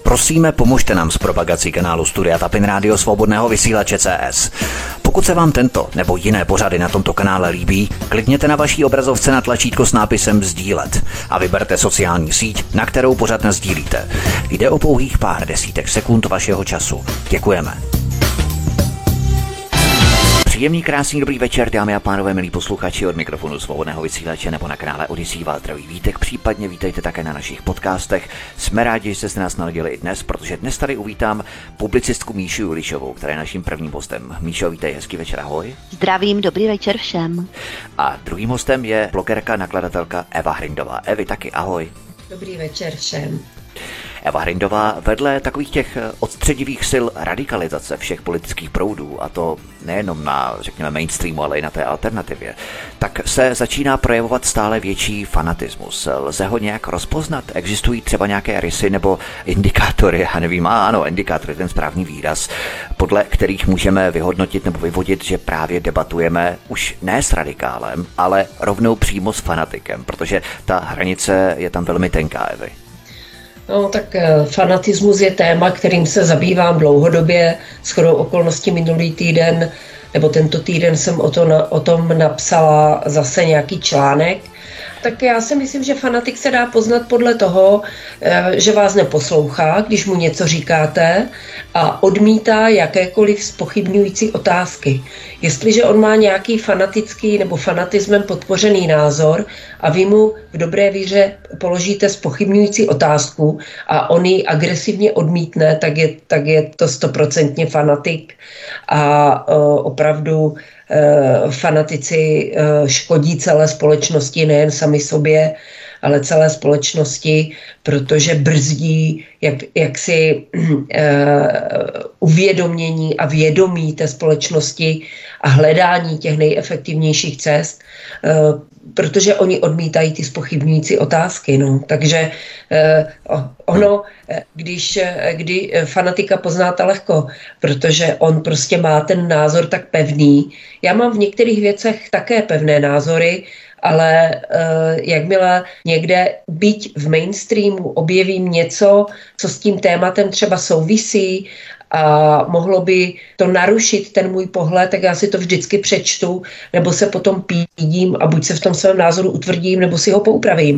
Prosíme, pomožte nám s propagací kanálu Studia Tapin Rádio Svobodného vysílače CS. Pokud se vám tento nebo jiné pořady na tomto kanále líbí, klikněte na vaší obrazovce na tlačítko s nápisem sdílet a vyberte sociální síť, na kterou pořad nasdílíte. Jde o pouhých pár desítek sekund vašeho času. Děkujeme. Příjemný, krásný, dobrý večer, dámy a pánové, milí posluchači, od mikrofonu Svobodného vysílače nebo na kanále Odyssey vás zdraví Vítek, případně vítejte také na našich podcastech. Jsme rádi, že jste se nás naladili i dnes, protože dnes tady uvítám publicistku Míšu Julišovou, která je naším prvním hostem. Míšo, vítej, hezký večer, ahoj. Zdravím, dobrý večer všem. A druhým hostem je blogerka, nakladatelka Eva Hrindová. Evi, taky ahoj. Dobrý večer všem. Eva Hrindová vedle takových těch odstředivých sil radikalizace všech politických proudů, a to nejenom na, řekněme, mainstreamu, ale i na té alternativě, tak se začíná projevovat stále větší fanatismus. Lze ho nějak rozpoznat? Existují třeba nějaké rysy nebo indikátory, já nevím, ano, indikátor je ten správný výraz, podle kterých můžeme vyhodnotit nebo vyvodit, že právě debatujeme už ne s radikálem, ale rovnou přímo s fanatikem, protože ta hranice je tam velmi tenká, Evi. No tak fanatismus je téma, kterým se zabývám dlouhodobě. Shodou okolností minulý týden, nebo tento týden jsem o tom napsala zase nějaký článek. Tak já si myslím, že fanatik se dá poznat podle toho, že vás neposlouchá, když mu něco říkáte, a odmítá jakékoliv zpochybňující otázky. Jestliže on má nějaký fanatický nebo fanatismem podpořený názor a vy mu v dobré víře položíte zpochybňující otázku a on ji agresivně odmítne, tak je to 100% fanatik a opravdu fanatici škodí celé společnosti, nejen sami sobě, ale celé společnosti, protože brzdí jaksi uvědomění a vědomí té společnosti a hledání těch nejefektivnějších cest, protože oni odmítají ty zpochybňující otázky. No. Takže když fanatika poznáte lehko, protože on prostě má ten názor tak pevný. Já mám v některých věcech také pevné názory, ale jakmile někde, byť v mainstreamu, objevím něco, co s tím tématem třeba souvisí a mohlo by to narušit ten můj pohled, tak já si to vždycky přečtu, nebo se potom pídím a buď se v tom svém názoru utvrdím, nebo si ho poupravím.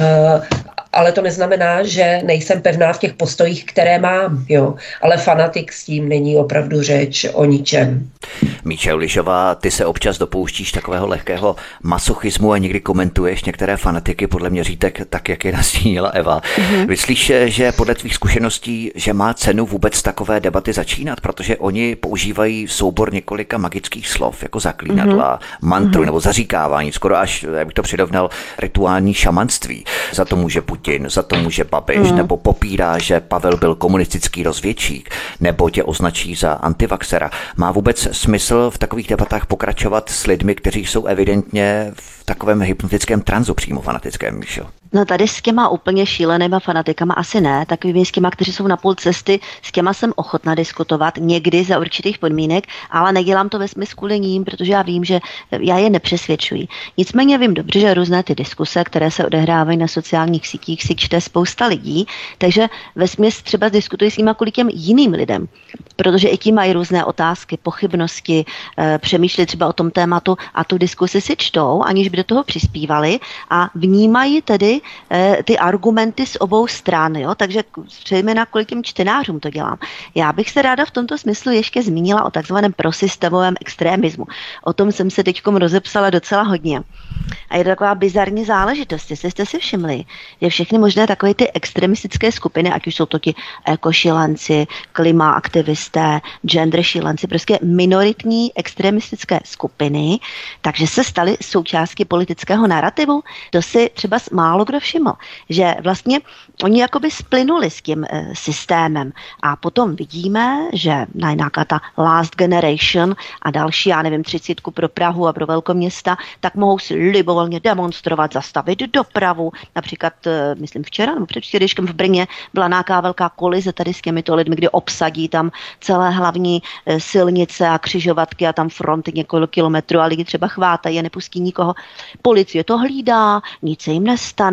Ale to neznamená, že nejsem pevná v těch postojích, které mám, jo. Ale fanatik, s tím není opravdu řeč o ničem. Míša Julišová, ty se občas dopouštíš takového lehkého masochismu a někdy komentuješ některé fanatiky podle měřítek tak, jak je nastínila Eva. Myslíš, že podle tvých zkušeností, že má cenu vůbec takové debaty začínat, protože oni používají soubor několika magických slov, jako zaklínadla, mantru nebo zaříkávání, skoro až, jak bych to přirovnal, rituální šamanství. Za to může Putin, za to může Babiš, nebo popírá, že Pavel byl komunistický rozvědčík, nebo tě označí za antivaxera. Má vůbec smysl v takových debatách pokračovat s lidmi, kteří jsou evidentně v takovém hypnotickém tranzu přímo fanatickém, Míšo? No tady s těma úplně šílenýma fanatikama asi ne, takovými s těma, kteří jsou na půl cesty, s těma jsem ochotna diskutovat někdy za určitých podmínek, ale nedělám to ve smyslu kvůli ním, protože já vím, že já je nepřesvědčuji. Nicméně vím dobře, že různé ty diskuse, které se odehrávají na sociálních sítích, si čte spousta lidí, takže vesměs třeba diskutuji s nima kvůli těm jiným lidem, protože i ti mají různé otázky, pochybnosti, přemýšlí třeba o tom tématu a tu diskusi si čtou, aniž by do toho přispívali a vnímají tedy ty argumenty z obou stran, jo? Takže zřejmě kvůli těm čtenářům to dělám. Já bych se ráda v tomto smyslu ještě zmínila o takzvaném prosystémovém extremismu. O tom jsem se teďkom rozepsala docela hodně. A je to taková bizarní záležitost, jestli jste si všimli, že všechny možné takové ty extremistické skupiny, ať už jsou to ti ekošilenci, klimaaktivisté, gender šilenci, prostě minoritní extremistické skupiny, takže se staly součástí politického narrativu. To si třeba málo kdo všiml, že vlastně oni jakoby splynuli s tím systémem a potom vidíme, že nějaká ta last generation a další, já nevím, 30 pro Prahu a pro velkoměsta, tak mohou si libovolně demonstrovat, zastavit dopravu. Například, myslím včera nebo předvčerejškem v Brně byla nějaká velká kolize tady s těmito lidmi, kdy obsadí tam celé hlavní silnice a křižovatky a tam fronty několik kilometrů a lidi třeba chvátají a nepustí nikoho. Policie to hlídá, nic se jim nestane,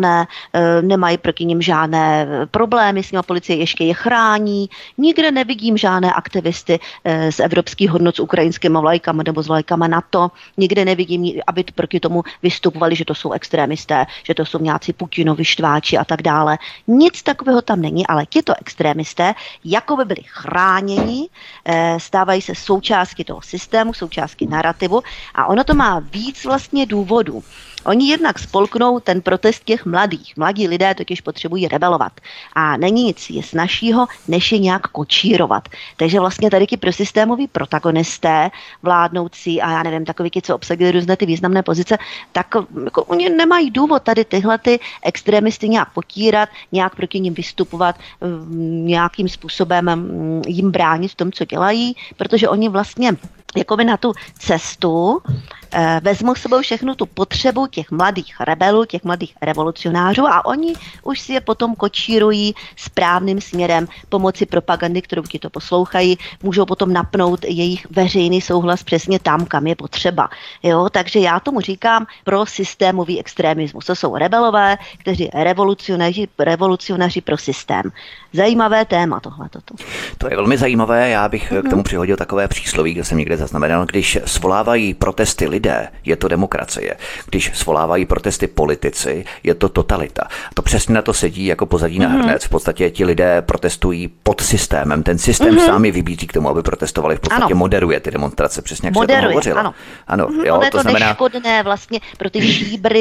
pohodlné, nemají proti nim žádné problémy, s nimi policie ještě je chrání. Nikde nevidím žádné aktivisty z evropských hodnot s ukrajinskými vlajkami nebo s vlajkama NATO. Nikde nevidím, aby proti tomu vystupovali, že to jsou extrémisté, že to jsou nějací Putinovi štváči a tak dále. Nic takového tam není, ale tito extrémisté jako by byli chráněni, stávají se součástí toho systému, součástí narrativu a ono to má víc vlastně důvodů. Oni jednak spolknou ten protest těch mladých. Mladí lidé totiž potřebují rebelovat. A není nic snazšího, než je nějak kočírovat. Takže vlastně tady ti prosystémoví protagonisté, vládnoucí a já nevím, takoví, co obsadili různé ty významné pozice, tak jako oni nemají důvod tady tyhle ty extrémisty nějak potírat, nějak proti nim vystupovat, nějakým způsobem jim bránit v tom, co dělají, protože oni vlastně jakoby na tu cestu vezmou s sebou všechnu tu potřebu těch mladých rebelů, těch mladých revolucionářů a oni už si je potom kočírují správným směrem pomocí propagandy, kterou ti to poslouchají, můžou potom napnout jejich veřejný souhlas přesně tam, kam je potřeba. Jo? Takže já tomu říkám pro systémový extremismus. To jsou rebelové, kteří revolucionáři pro systém. Zajímavé téma tohletoto. To je velmi zajímavé, já bych k tomu přihodil takové přísloví, kde jsem někde zaznamenal, když svolávají protesty lidé, je to demokracie. Když svolávají protesty politici, je to totalita. To přesně na to sedí jako pozadí na hrnec. V podstatě ti lidé protestují pod systémem. Ten systém sám je vybízí k tomu, aby protestovali. V podstatě moderuje ty demonstrace, přesně jak se o tom hovořilo. Ano, jo, je to znamená neškodné vlastně pro ty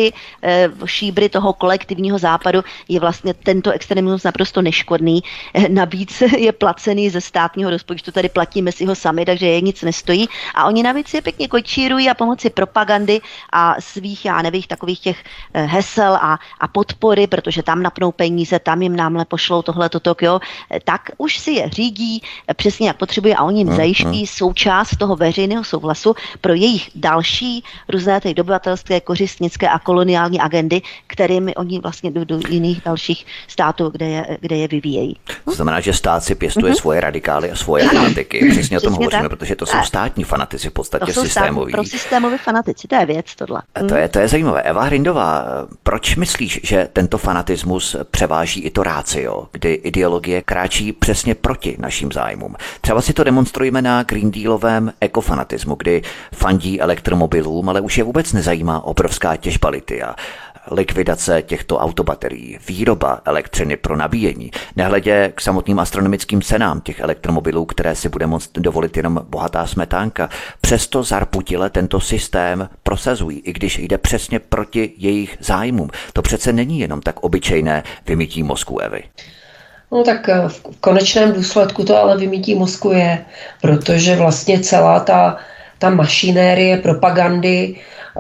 šíbry toho kolektivního západu je vlastně tento extremismus naprosto neškodný. Navíc je placený ze státního rozpočtu, tady platíme si ho sami, takže je nic nestojí. A oni navíc je pěkně kočírují a pomocí propagandy a svých, já nevím, takových těch hesel a podpory, protože tam napnou peníze, tam jim námhle pošlou tohle, jo, tak už si je řídí přesně jak potřebují a oni jim zajiští součást toho veřejného souhlasu pro jejich další různé ty dobyvatelské, kořistnické a koloniální agendy, kterými oni vlastně do jiných dalších států, kde je vyvíjejí. To znamená, že stát si pěstuje svoje radikály a svoje fanatiky. Přesně o tom hovoříme, protože to jsou státní fanatici v podstatě systémoví. Pro systémoví fanatici, to je věc tohle. To je zajímavé. Eva Hrindová, proč myslíš, že tento fanatismus převáží i to rácio, kdy ideologie kráčí přesně proti našim zájmům? Třeba si to demonstrujeme na Green Dealovém ekofanatismu, kdy fandí elektromobilům, ale už je vůbec nezajímá obrovská těžba litia, likvidace těchto autobaterií, výroba elektřiny pro nabíjení, nehledě k samotným astronomickým cenám těch elektromobilů, které si bude moct dovolit jenom bohatá smetánka. Přesto zarputile tento systém prosazují, i když jde přesně proti jejich zájmům. To přece není jenom tak obyčejné vymytí mozku, Evy. No tak v konečném důsledku to ale vymytí mozku je, protože vlastně celá ta mašinérie propagandy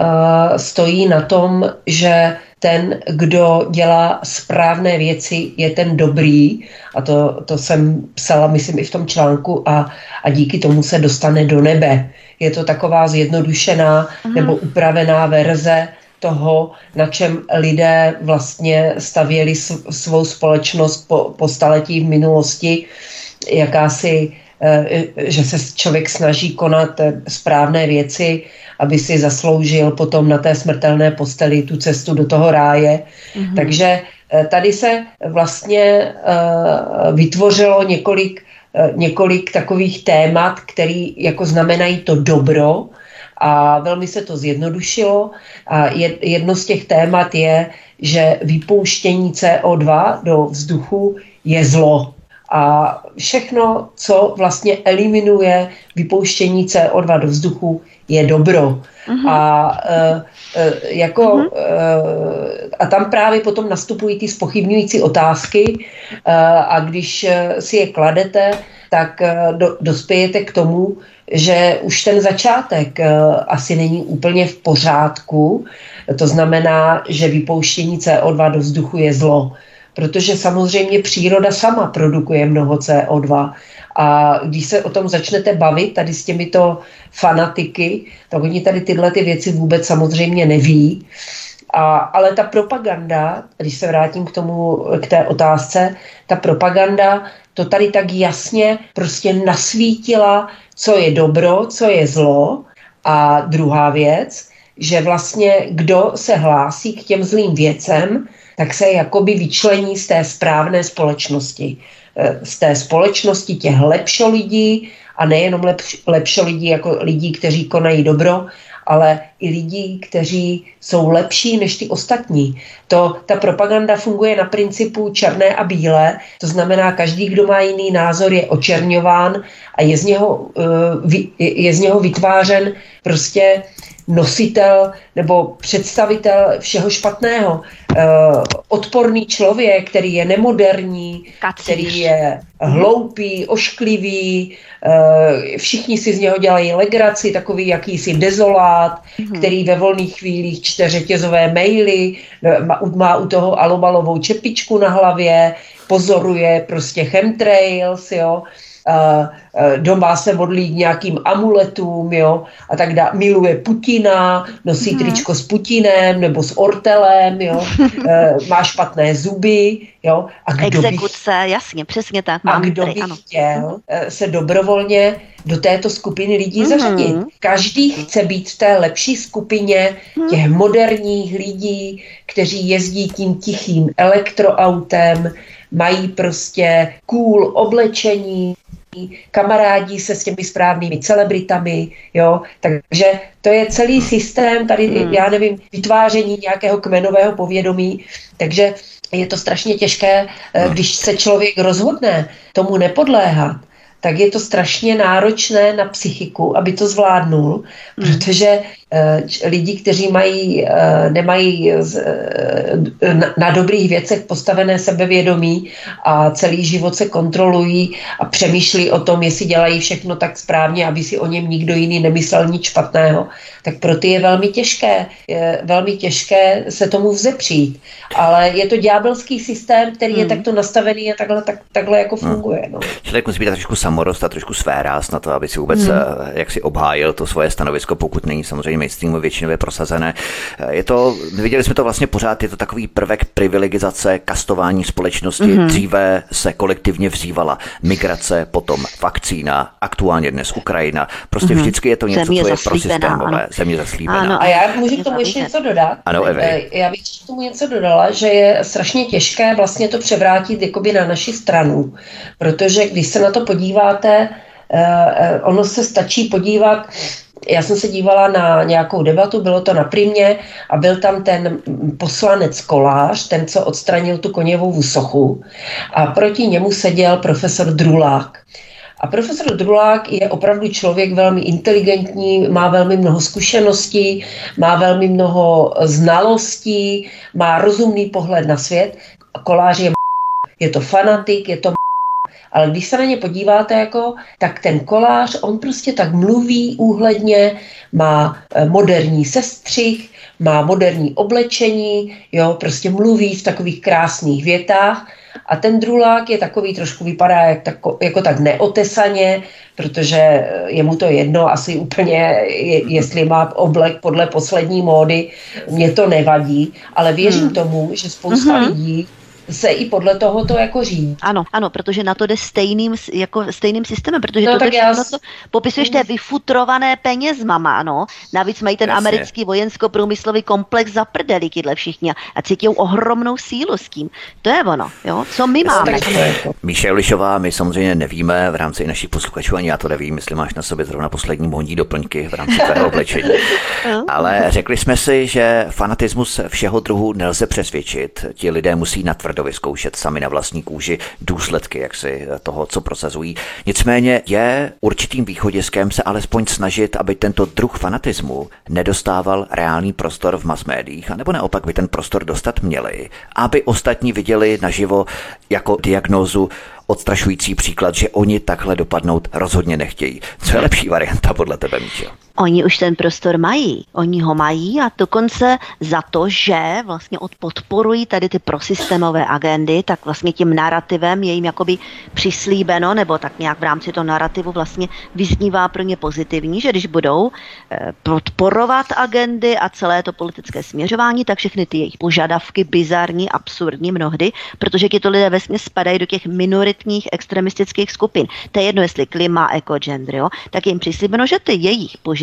stojí na tom, že ten, kdo dělá správné věci, je ten dobrý. A to jsem psala, myslím, i v tom článku a díky tomu se dostane do nebe. Je to taková zjednodušená nebo upravená verze toho, na čem lidé vlastně stavěli svou společnost po staletí v minulosti, jakási, že se člověk snaží konat správné věci, aby si zasloužil potom na té smrtelné posteli tu cestu do toho ráje. Takže tady se vlastně vytvořilo několik takových témat, které jako znamenají to dobro a velmi se to zjednodušilo. A jedno z těch témat je, že vypouštění CO2 do vzduchu je zlo. A všechno, co vlastně eliminuje vypouštění CO2 do vzduchu, je dobro. A tam právě potom nastupují ty zpochybňující otázky a když si je kladete, tak dospějete k tomu, že už ten začátek asi není úplně v pořádku. To znamená, že vypouštění CO2 do vzduchu je zlo. Protože samozřejmě příroda sama produkuje mnoho CO2. A když se o tom začnete bavit tady s těmito fanatiky, tak oni tady tyhle ty věci vůbec samozřejmě neví. Ale ta propaganda, když se vrátím k té otázce, ta propaganda to tady tak jasně prostě nasvítila, co je dobro, co je zlo. A druhá věc, že vlastně kdo se hlásí k těm zlým věcem, tak se jakoby vyčlení z té správné společnosti. Z té společnosti těch lepšolidí a nejenom lepšolidí jako lidí, kteří konají dobro, ale i lidí, kteří jsou lepší než ty ostatní. Ta propaganda funguje na principu černé a bílé, to znamená, každý, kdo má jiný názor, je očerňován a je z něho vytvářen prostě nositel nebo představitel všeho špatného. Odporný člověk, který je nemoderní, který je hloupý, ošklivý, všichni si z něho dělají legraci, takový jakýsi dezolát, který ve volných chvílích čte řetězové maily, má u toho alobalovou čepičku na hlavě, pozoruje prostě chemtrails, jo. Doma se modlí k nějakým amuletům, jo, a tak dále. Miluje Putina, nosí tričko s Putinem nebo s ortelem, jo, má špatné zuby, jo. A exekuce, jasně, přesně tak. A kdo by chtěl se dobrovolně do této skupiny lidí zařadit? Každý chce být v té lepší skupině těch moderních lidí, kteří jezdí tím tichým elektroautem, mají prostě cool oblečení, kamarádí se s těmi správnými celebritami, jo, takže to je celý systém tady, já nevím, vytváření nějakého kmenového povědomí, takže je to strašně těžké, když se člověk rozhodne tomu nepodléhat, tak je to strašně náročné na psychiku, aby to zvládnul, protože lidi, kteří nemají na dobrých věcech postavené sebevědomí a celý život se kontrolují a přemýšlí o tom, jestli dělají všechno tak správně, aby si o něm nikdo jiný nemyslel nic špatného, tak pro ty je velmi těžké se tomu vzepřít. Ale je to ďábelský systém, který je takto nastavený a takhle jako funguje. No. Člověk musí být trošku samorost a trošku svéráz na to, aby si vůbec jak si obhájil to svoje stanovisko, pokud není samozřejmě mainstreamu většinově prosazené. Viděli jsme to vlastně pořád, je to takový prvek privilegizace, kastování společnosti. Dříve se kolektivně vzývala migrace, potom vakcína, aktuálně dnes Ukrajina. Prostě vždycky je to něco, co je prosystémové. Země zaslíbená. Ano, a já můžu k tomu ještě něco dodat. Ano, já bych k tomu něco dodala, že je strašně těžké vlastně to převrátit jakoby na naši stranu, protože když se na to podíváte, ono se stačí podívat. Já jsem se dívala na nějakou debatu, bylo to na Primě a byl tam ten poslanec Kolář, ten, co odstranil tu Koněvovu sochu, a proti němu seděl profesor Drulák. A profesor Drulák je opravdu člověk velmi inteligentní, má velmi mnoho zkušeností, má velmi mnoho znalostí, má rozumný pohled na svět. Kolář je to fanatik, je to ale když se na ně podíváte, tak ten Kolář, on prostě tak mluví úhledně, má moderní sestřih, má moderní oblečení, jo, prostě mluví v takových krásných větách. A ten Drulák je takový, trošku vypadá jako tak neotesaně, protože je mu to jedno asi úplně, jestli má oblek podle poslední módy, mě to nevadí, ale věřím tomu, že spousta lidí se i podle tohoto jako říct. Ano, protože na to jde stejným systémem, protože to popisuješ té vyfutrované penězmama, ano. Navíc mají ten americký vojensko-průmyslový komplex za prdeli, tyhle všichni, a cítí ohromnou sílu s tím. To je ono, jo. Co my máme? Míša Julišová, my samozřejmě nevíme v rámci našich posluchačů, ani já to nevím, jestli máš na sobě zrovna poslední módní doplňky v rámci tvého oblečení. Ale řekli jsme si, že fanatismus všeho druhu nelze přesvědčit. Ti lidé musí natvrdo vyzkoušet sami na vlastní kůži důsledky toho, co prosazují. Nicméně je určitým východiskem se alespoň snažit, aby tento druh fanatismu nedostával reálný prostor v masmédiích, anebo naopak by ten prostor dostat měli, aby ostatní viděli naživo jako diagnózu odstrašující příklad, že oni takhle dopadnout rozhodně nechtějí. Co je lepší varianta podle tebe, Míšo? Oni už ten prostor mají. Oni ho mají a dokonce za to, že vlastně podporují tady ty prosystémové agendy, tak vlastně tím narrativem je jim jakoby přislíbeno, nebo tak nějak v rámci toho narrativu vlastně vyznívá pro ně pozitivní, že když budou podporovat agendy a celé to politické směřování, tak všechny ty jejich požadavky, bizarní, absurdní mnohdy, protože tyto lidé vesměs spadají do těch minoritních extremistických skupin. To je jedno, jestli klima, eko, gender, jo, tak je jim přislíbeno, že ty jejich požadavky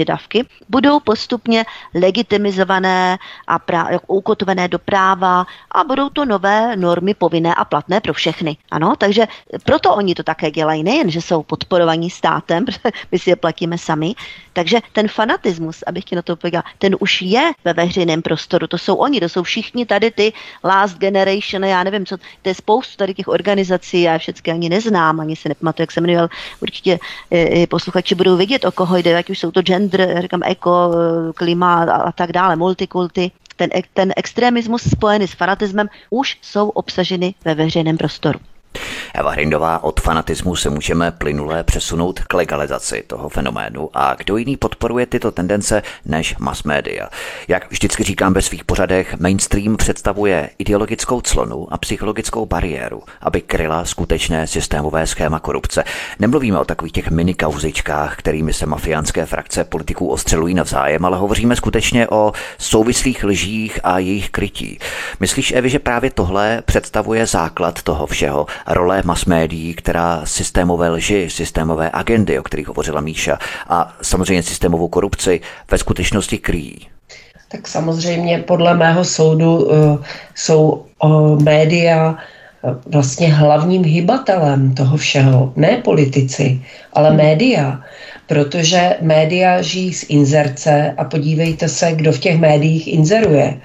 požadavky budou postupně legitimizované a ukotvené do práva a budou to nové normy povinné a platné pro všechny. Ano, takže proto oni to také dělají, nejen, že jsou podporovaní státem, protože my si je platíme sami, takže ten fanatismus, abych ti na to povedala, ten už je ve veřejném prostoru, to jsou oni, to jsou všichni tady ty last generation, já nevím, co, to je spoustu tady těch organizací, já všechny ani neznám, ani se nepamatuju, jak se jmenoval, určitě posluchači budou vidět, o koho jde, ať už jsou to gender, já říkám eko, klima a tak dále, multikulty. Ten extremismus spojený s fanatismem už jsou obsaženy ve veřejném prostoru. Eva Hrindová, od fanatismu se můžeme plynule přesunout k legalizaci toho fenoménu. A kdo jiný podporuje tyto tendence než mass media? Jak vždycky říkám ve svých pořadech, mainstream představuje ideologickou clonu a psychologickou bariéru, aby kryla skutečné systémové schéma korupce. Nemluvíme o takových těch minikauzičkách, kterými se mafiánské frakce politiků ostřelují navzájem, ale hovoříme skutečně o souvislých lžích a jejich krytí. Myslíš, Evi, že právě tohle představuje základ toho všeho? Role masmédií, která systémové lži, systémové agendy, o kterých hovořila Míša, a samozřejmě systémovou korupci ve skutečnosti kryjí? Tak samozřejmě podle mého soudu jsou média vlastně hlavním hybatelem toho všeho. Ne politici, ale média. Protože média žijí z inzerce a podívejte se, kdo v těch médiích inzeruje,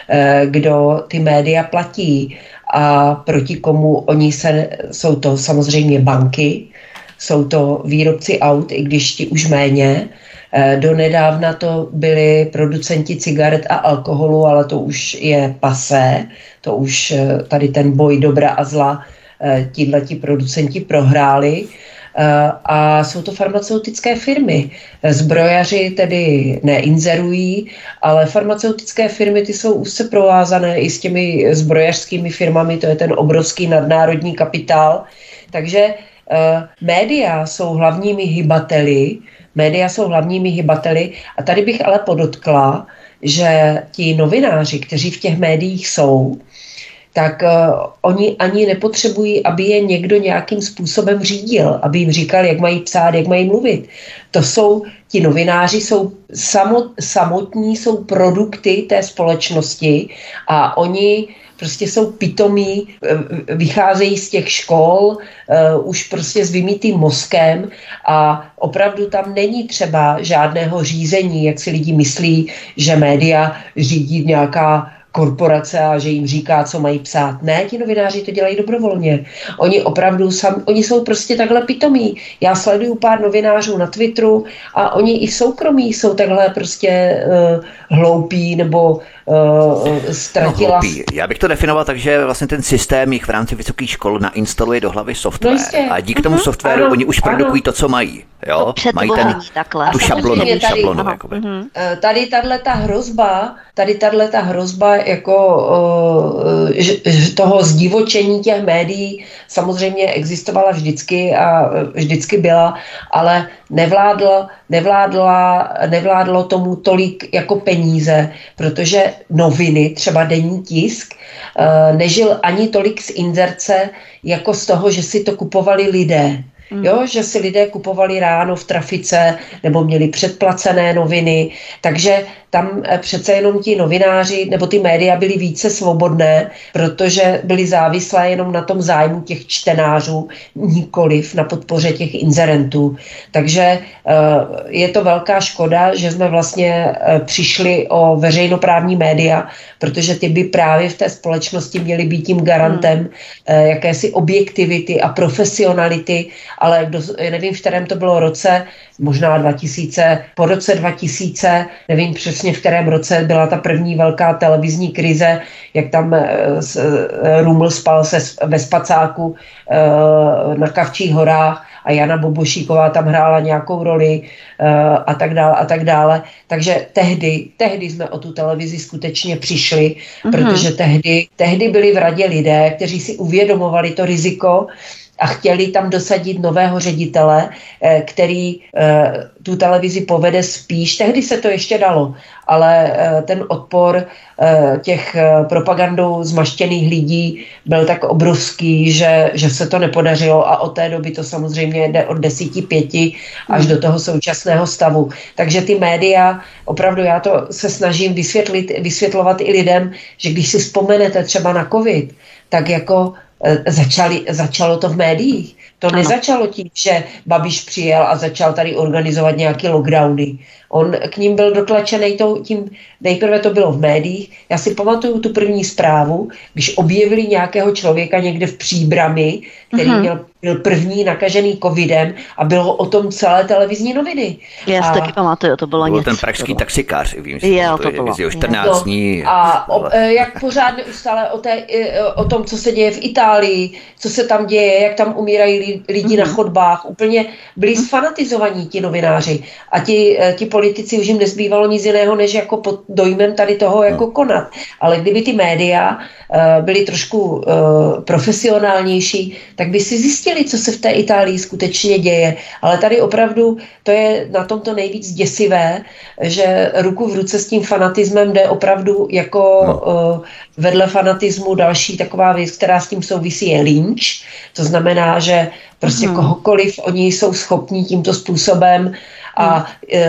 kdo ty média platí a proti komu jsou to samozřejmě banky, jsou to výrobci aut, i když ti už méně. Donedávna to byli producenti cigaret a alkoholu, ale to už je passé, to už tady ten boj dobra a zla tihleti producenti prohráli. A jsou to farmaceutické firmy. Zbrojaři tedy neinzerují, ale farmaceutické firmy ty jsou úzce provázané i s těmi zbrojařskými firmami, to je ten obrovský nadnárodní kapitál. Takže média jsou hlavními hybateli a tady bych ale podotkla, že ti novináři, kteří v těch médiích jsou, tak oni ani nepotřebují, aby je někdo nějakým způsobem řídil, aby jim říkal, jak mají psát, jak mají mluvit. Ti novináři jsou samotní, jsou produkty té společnosti a oni prostě jsou pitomí, vycházejí z těch škol, už prostě s vymýtým mozkem a opravdu tam není třeba žádného řízení, jak si lidi myslí, že média řídí nějaká korporace a že jim říká, co mají psát. Ne, ti novináři to dělají dobrovolně. Oni opravdu oni jsou prostě takhle pitomí. Já sleduju pár novinářů na Twitteru a oni i v soukromí jsou takhle prostě hloupí nebo ztratila. Já bych to definoval tak, že vlastně ten systém jich v rámci vysokých škol nainstaluje do hlavy software. A díky tomu softwaru oni už produkují to, co mají. Jo? Mají tu šablonu. Tady tato hrozba jako toho zdivočení těch médií samozřejmě existovala vždycky a vždycky byla, ale nevládlo tomu tolik jako peníze, protože noviny, třeba denní tisk, nežil ani tolik z inzerce, jako z toho, že si to kupovali lidé. Jo, že si lidé kupovali ráno v trafice nebo měli předplacené noviny, takže tam přece jenom ti novináři nebo ty média byly více svobodné, protože byly závislé jenom na tom zájmu těch čtenářů, nikoliv na podpoře těch inzerentů. Takže je to velká škoda, že jsme vlastně přišli o veřejnoprávní média, protože ty by právě v té společnosti měly být tím garantem jakési objektivity a profesionality, ale nevím, v kterém to bylo roce, možná 2000, po roce 2000, nevím přesně, v kterém roce byla ta první velká televizní krize, jak tam Ruml spal ve spacáku na Kavčích horách a Jana Bobošíková tam hrála nějakou roli a tak dále. Takže tehdy jsme o tu televizi skutečně přišli, protože tehdy byli v radě lidé, kteří si uvědomovali to riziko a chtěli tam dosadit nového ředitele, který tu televizi povede spíš, tehdy se to ještě dalo, ale ten odpor těch propagandou zmaštěných lidí byl tak obrovský, že se to nepodařilo a od té doby to samozřejmě jde od 10:05 až do toho současného stavu. Takže ty média, opravdu já to se snažím vysvětlovat i lidem, že když si vzpomenete třeba na covid, tak jako začalo to v médiích. To nezačalo tím, že Babiš přijel a začal tady organizovat nějaké lockdowny. On k ním byl dotlačený tím, nejprve to bylo v médiích. Já si pamatuju tu první zprávu, když objevili nějakého člověka někde v Příbrami, který byl první nakažený covidem a bylo o tom celé televizní noviny. Já si taky pamatuju, to bylo něco. Ten pražský taxikář, vím, že to bylo. 14 dní. A jak pořád neustále o tom, co se děje v Itálii, co se tam děje, jak tam umírají lidi na chodbách, úplně byli sfanatizovaní ti novináři a ti politici už jim nezbývalo nic jiného, než jako pod dojmem tady toho jako konat. Ale kdyby ty média byly trošku profesionálnější, tak by si zjistili, co se v té Itálii skutečně děje. Ale tady opravdu to je na tomto nejvíc děsivé, že ruku v ruce s tím fanatismem jde opravdu jako vedle fanatismu další taková věc, která s tím souvisí, je lynč. To znamená, že prostě kohokoliv oni jsou schopní tímto způsobem a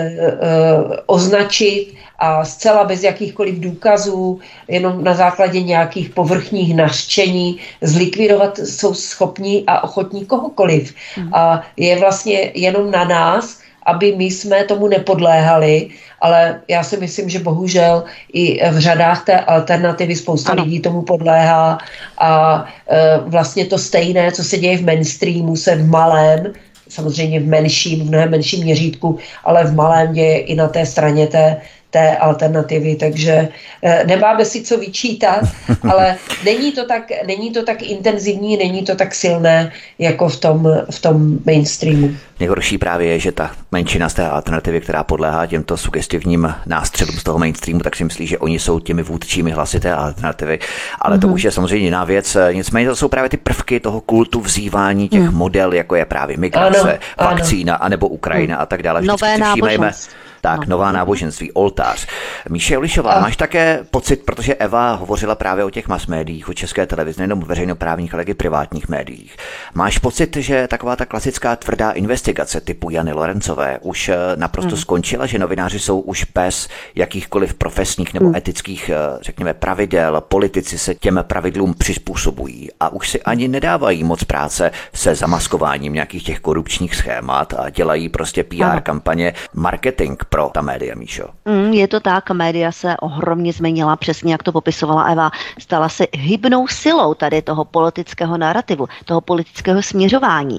označit a zcela bez jakýchkoliv důkazů, jenom na základě nějakých povrchních nařčení zlikvidovat jsou schopní a ochotní kohokoliv. A je vlastně jenom na nás, aby my jsme tomu nepodléhali, ale já si myslím, že bohužel i v řadách té alternativy spousta lidí tomu podléhá a vlastně to stejné, co se děje v mainstreamu, se v malém, samozřejmě v mnohem menším měřítku, ale v malém děje i na té straně té alternativy, takže nemáme si co vyčítat, ale není to tak intenzivní, není to tak silné jako v tom mainstreamu. Nejhorší právě je, že ta menšina z té alternativy, která podléhá těmto sugestivním nástřelům z toho mainstreamu, tak si myslí, že oni jsou těmi vůdčími hlasy té alternativy, ale to už je samozřejmě jiná věc. Nicméně to jsou právě ty prvky toho kultu vzývání těch model, jako je právě migrace, vakcína, anebo Ukrajina a tak dále. Nové náboženství. Tak, nová náboženství, oltář. Míše Julišová, máš také pocit, protože Eva hovořila právě o těch mass médiích, o České televizi, nejenom veřejnoprávních, ale i privátních médiích. Máš pocit, že taková ta klasická tvrdá investigace typu Jany Lorencové už naprosto skončila, že novináři jsou už bez jakýchkoliv profesních nebo etických, řekněme, pravidel, politici se těm pravidlům přizpůsobují a už si ani nedávají moc práce se zamaskováním nějakých těch korupčních schémat a dělají prostě PR kampaně, marketing pro ta média, Míšo. Je to tak, média se ohromně změnila, přesně jak to popisovala Eva, stala se hybnou silou tady toho politického narrativu, toho politického směřování.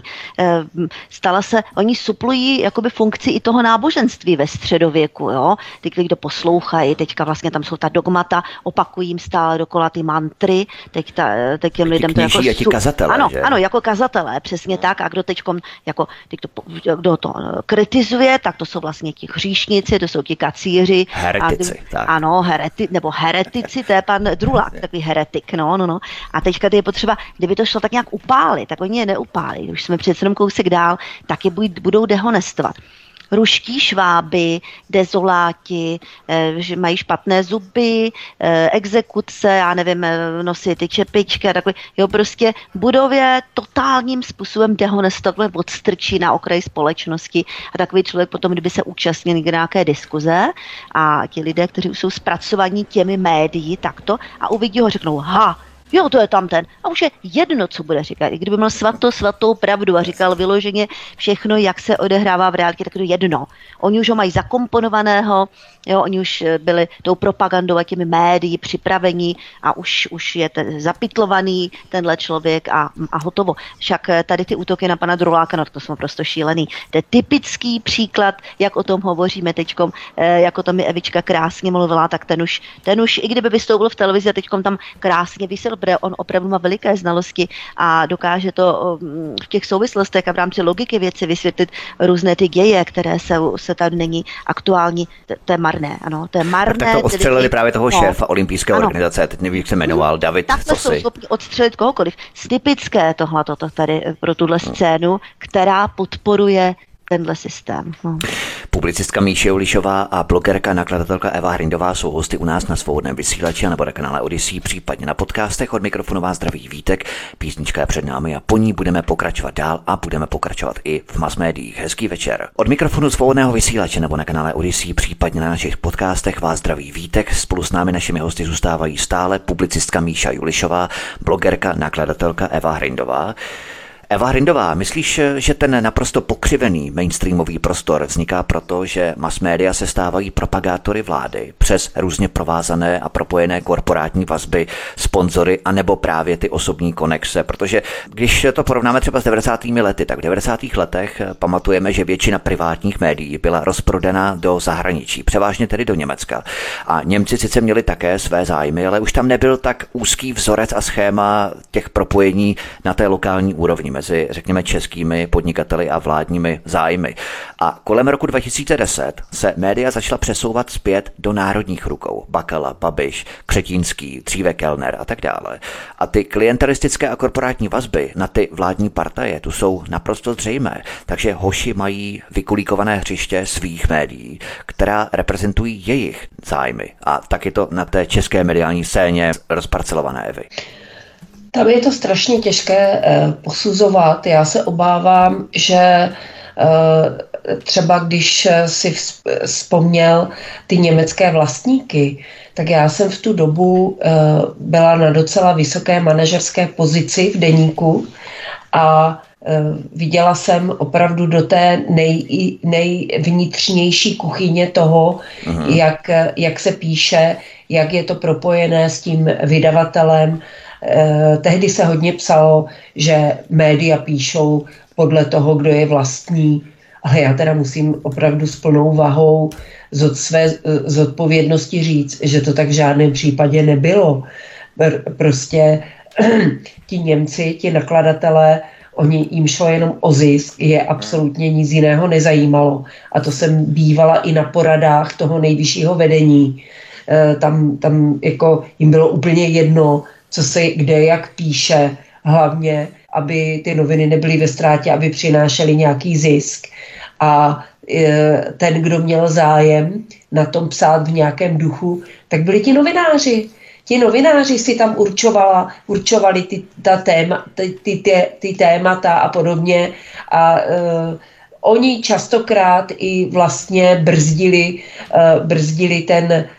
Oni suplují jakoby funkci i toho náboženství ve středověku, jo. Ty, kdo poslouchají, teďka vlastně tam jsou ta dogmata, opakují jim stále dokola ty mantry, teď těm lidem to jako... Ti kazatelé, že? Ano, jako kazatelé, přesně tak, a kdo to kritizuje, tak to jsou vlastně ti hříšníci, to jsou ti kacíři. Heretici. Ano, heretici, to je pan Drulák, takový heretik, no. A teďka je potřeba, kdyby to šlo tak nějak upálit, tak oni je neupálí. Už jsme přece jenom kousek dál, tak je budou dehonestovat. Ruští šváby, dezoláti, že mají špatné zuby, exekuce, já nevím, nosí ty čepičky a takové, prostě budou je totálním způsobem dehonestovat, odstrčí na okraj společnosti a takový člověk potom, kdyby se účastnil nějaké diskuze a ti lidé, kteří jsou zpracovaní těmi médií takto a uvidí ho, řeknou, jo, to je tam ten. A už je jedno, co bude říkat. I kdyby měl svatou pravdu a říkal vyloženě všechno, jak se odehrává v realitě, tak to je jedno. Oni už ho mají zakomponovaného, jo, oni už byli tou propagandou a těmi médií připravení a už je zapitlovaný tenhle člověk a hotovo. Však tady ty útoky na pana Druláka, no to jsou prostě šílený. To je typický příklad, jak o tom hovoříme teďkom, jako tam mi Evička krásně mluvila, tak ten už i kdyby vystoupil v televizi a teďkom tam krásně vysel protože on opravdu má veliké znalosti a dokáže to v těch souvislostech a v rámci logiky věci vysvětlit různé ty děje, které se tady není aktuální. To je marné, ano, to je marné. Tak to odstřelili právě toho šéfa olympijské organizace, teď nevím, jak se jmenoval, David, co si. Jsou schopni odstřelit kohokoliv. Typické tohleto tady pro tuhle scénu, která podporuje tenhle systém. Publicistka Míša Julišová a blogerka nakladatelka Eva Hrindová jsou hosty u nás na Svobodném vysílači nebo na kanále Odyssey, případně na podcastech. Od mikrofonu vás zdraví Vítek, písnička je před námi a po ní budeme pokračovat dál a budeme pokračovat i v mass médiích. Hezký večer. Od mikrofonu Svobodného vysílače nebo na kanále Odyssey, případně na našich podcastech vás zdraví Vítek. Spolu s námi našimi hosty zůstávají stále publicistka Míša Julišová, blogerka nakladatelka Eva Hrindová. Eva Hrindová, myslíš, že ten naprosto pokřivený mainstreamový prostor vzniká proto, že mass média se stávají propagátory vlády přes různě provázané a propojené korporátní vazby, sponzory anebo právě ty osobní konexe? Protože když to porovnáme třeba s 90. lety, tak v 90. letech pamatujeme, že většina privátních médií byla rozprodaná do zahraničí, převážně tedy do Německa. A Němci sice měli také své zájmy, ale už tam nebyl tak úzký vzorec a schéma těch propojení na té lokální úrovni mezi, řekněme, českými podnikateli a vládními zájmy. A kolem roku 2010 se média začala přesouvat zpět do národních rukou. Bakala, Babiš, Křetínský, dříve Kellner a tak dále. A ty klientelistické a korporátní vazby na ty vládní partaje tu jsou naprosto zřejmé. Takže hoši mají vykulíkované hřiště svých médií, která reprezentují jejich zájmy. A tak je to na té české mediální scéně rozparcelované, Evy. Tam je to strašně těžké posuzovat. Já se obávám, že třeba když si vzpomněl ty německé vlastníky, tak já jsem v tu dobu byla na docela vysoké manažerské pozici v deníku a viděla jsem opravdu do té nejvnitřnější kuchyně toho, jak se píše, jak je to propojené s tím vydavatelem. Tehdy se hodně psalo, že média píšou podle toho, kdo je vlastní, ale já teda musím opravdu s plnou vahou své zodpovědnosti říct, že to tak v žádném případě nebylo. Prostě ti Němci, ti nakladatelé, jim šlo jenom o zisk, je absolutně nic jiného nezajímalo. A to jsem bývala i na poradách toho nejvyššího vedení. Tam jako jim bylo úplně jedno, co se kde jak píše, hlavně, aby ty noviny nebyly ve ztrátě, aby přinášely nějaký zisk. A ten, kdo měl zájem na tom psát v nějakém duchu, tak byli ti novináři. Ti novináři si tam určovali ty témata a podobně. A oni častokrát i vlastně brzdili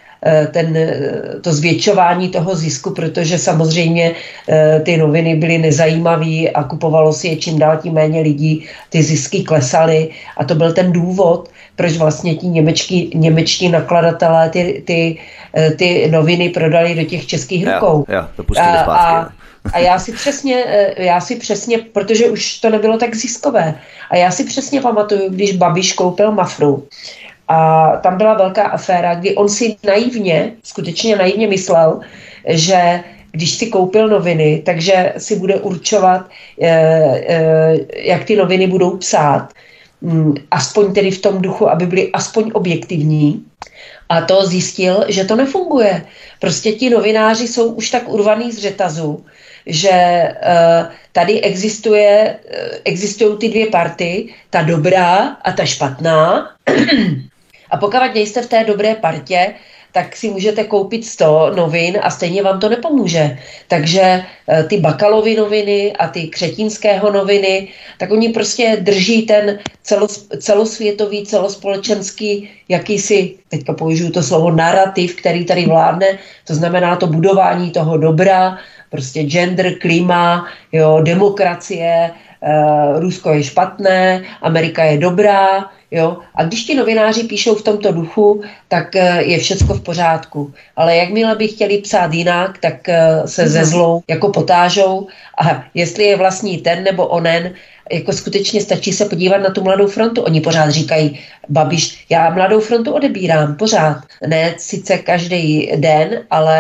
to zvětšování toho zisku, protože samozřejmě ty noviny byly nezajímavé a kupovalo si je čím dál tím méně lidí, ty zisky klesaly a to byl ten důvod, proč vlastně ti němečtí nakladatelé ty noviny prodali do těch českých rukou. To pustili zpátky. A já si přesně, protože už to nebylo tak ziskové, a já si přesně pamatuju, když Babiš koupil Mafru, a tam byla velká aféra, kdy on si skutečně naivně myslel, že když si koupil noviny, takže si bude určovat, jak ty noviny budou psát, aspoň tedy v tom duchu, aby byly aspoň objektivní. A to zjistil, že to nefunguje. Prostě ti novináři jsou už tak urvaný z řetazu, že tady existují ty dvě party, ta dobrá a ta špatná. A pokud nejste v té dobré partě, tak si můžete koupit 100 novin a stejně vám to nepomůže. Takže ty Bakalovy noviny a ty Křetínského noviny, tak oni prostě drží ten celosvětový, celospolečenský jakýsi, teďka použiju to slovo narrativ, který tady vládne, to znamená to budování toho dobra, prostě gender, klima, demokracie, Rusko je špatné, Amerika je dobrá, a když ti novináři píšou v tomto duchu, tak je všecko v pořádku. Ale jakmile by chtěli psát jinak, tak se ze zlou jako potážou a jestli je vlastní ten nebo onen, jako skutečně stačí se podívat na tu Mladou frontu. Oni pořád říkají, Babiš, já Mladou frontu odebírám, pořád. Ne sice každý den, ale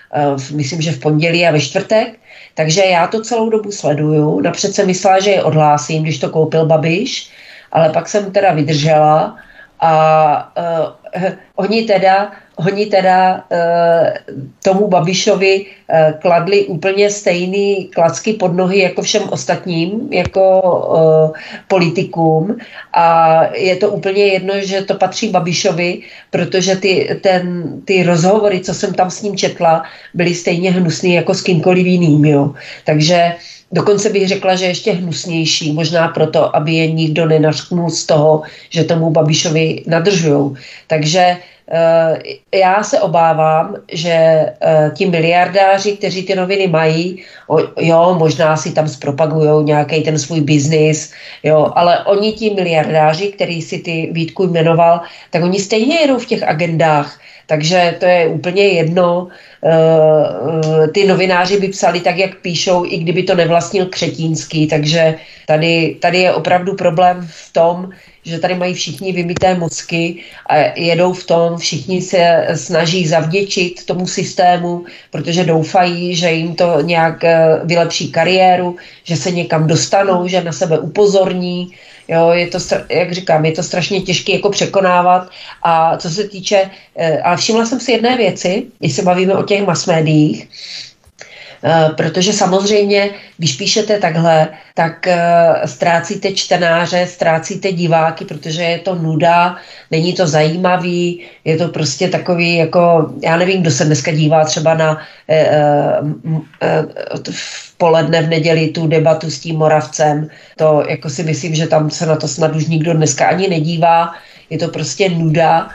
myslím, že v pondělí a ve čtvrtek, takže já to celou dobu sleduju. Napřed jsem myslela, že je odhlásím, když to koupil Babiš, ale pak jsem teda vydržela a oni teda tomu Babišovi kladli úplně stejný klacky pod nohy jako všem ostatním, jako politikům, a je to úplně jedno, že to patří Babišovi, protože ty rozhovory, co jsem tam s ním četla, byly stejně hnusný jako s kýmkoliv jiným, jo. Takže dokonce bych řekla, že ještě hnusnější, možná proto, aby je nikdo nenařknul z toho, že tomu Babišovi nadržujou. Takže já se obávám, že ti miliardáři, kteří ty noviny mají, jo, možná si tam zpropagujou nějaký ten svůj biznis, jo, ale oni ti miliardáři, který si ty Vítku jmenoval, tak oni stejně jedou v těch agendách. Takže to je úplně jedno. Ty novináři by psali tak, jak píšou, i kdyby to nevlastnil Křetínský. Takže tady je opravdu problém v tom, že tady mají všichni vymyté mozky a jedou v tom, všichni se snaží zavděčit tomu systému, protože doufají, že jim to nějak vylepší kariéru, že se někam dostanou, že na sebe upozorní. Jo, je to, jak říkám, je to strašně těžké jako překonávat. A co se týče, ale všimla jsem si jedné věci, když se bavíme o těch masmédiích, protože samozřejmě, když píšete takhle, tak ztrácíte čtenáře, ztrácíte diváky, protože je to nuda, není to zajímavý, je to prostě takový, jako, já nevím, kdo se dneska dívá třeba na v poledne v neděli tu debatu s tím Moravcem, to jako si myslím, že tam se na to snad už nikdo dneska ani nedívá, je to prostě nuda.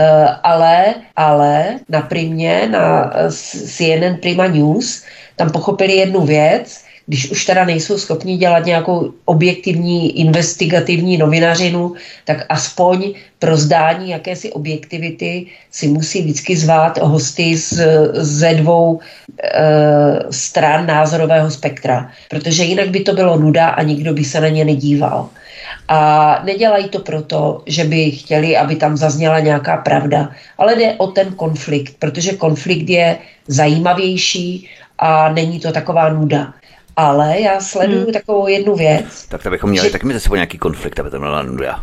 Ale na Primě, na CNN Prima News, tam pochopili jednu věc, když už teda nejsou schopni dělat nějakou objektivní, investigativní novinařinu, tak aspoň pro zdání jakési objektivity si musí vždycky zvát hosty ze dvou stran názorového spektra, protože jinak by to bylo nuda a nikdo by se na ně nedíval. A nedělají to proto, že by chtěli, aby tam zazněla nějaká pravda, ale jde o ten konflikt, protože konflikt je zajímavější a není to taková nuda. Ale já sleduju takovou jednu věc. Tak to bychom měli taky mít ze sebou nějaký konflikt, aby to byla nuda.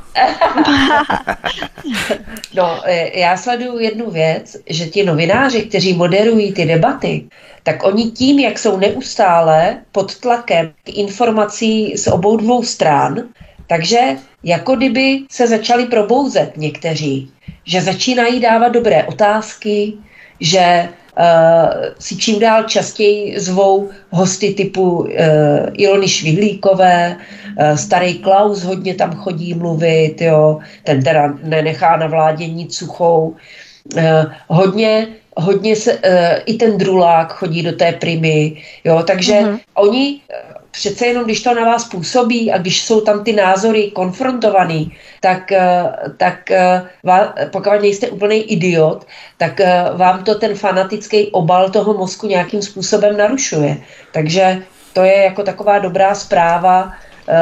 No, já sleduju jednu věc, že ti novináři, kteří moderují ty debaty, tak oni tím, jak jsou neustále pod tlakem informací z obou dvou stran, takže jako kdyby se začali probouzet někteří, že začínají dávat dobré otázky, že si čím dál častěji zvou hosty typu Ilony Švihlíkové, starý Klaus hodně tam chodí mluvit, jo, ten teda nenechá na vládě nic suchou, hodně se, i ten Drulák chodí do té Primy, jo, takže oni přece jenom, když to na vás působí a když jsou tam ty názory konfrontovaný, tak pokud nejste úplný idiot, tak vám to ten fanatický obal toho mozku nějakým způsobem narušuje. Takže to je jako taková dobrá zpráva,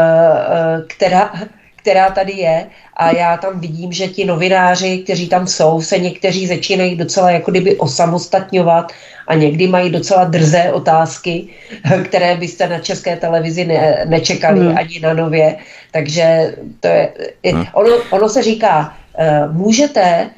která tady je, a já tam vidím, že ti novináři, kteří tam jsou, se někteří začínají docela jako kdyby osamostatňovat a někdy mají docela drzé otázky, které byste na České televizi nečekali ani na Nově. Takže to je, ono se říká, můžete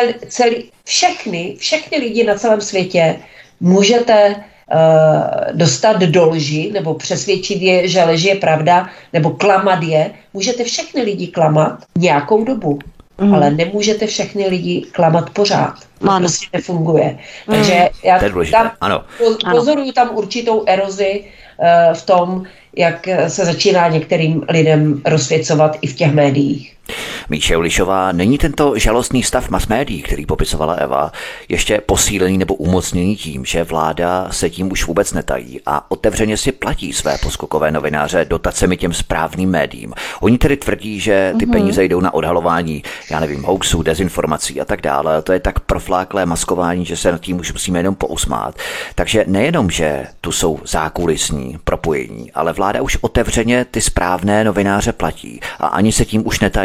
všechny lidi na celém světě můžete dostat do lži, nebo přesvědčit je, že lež je pravda, nebo klamat je. Můžete všechny lidi klamat nějakou dobu, ale nemůžete všechny lidi klamat pořád. To prostě nefunguje. Takže já tam pozoruju tam určitou erozi v tom, jak se začíná některým lidem rozsvěcovat i v těch médiích. Míše Ulišová, není tento žalostný stav masmédií, který popisovala Eva, ještě posílený nebo umocněný tím, že vláda se tím už vůbec netají a otevřeně si platí své poskokové novináře dotacemi těm správným médiím. Oni tedy tvrdí, že ty peníze jdou na odhalování, já nevím, hoaxů, dezinformací a tak dále. To je tak profláklé maskování, že se nad tím už musíme jenom pousmát. Takže nejenom, že tu jsou zákulisní propojení, ale vláda už otevřeně ty správné novináře platí a ani se tím už netají, Míšo.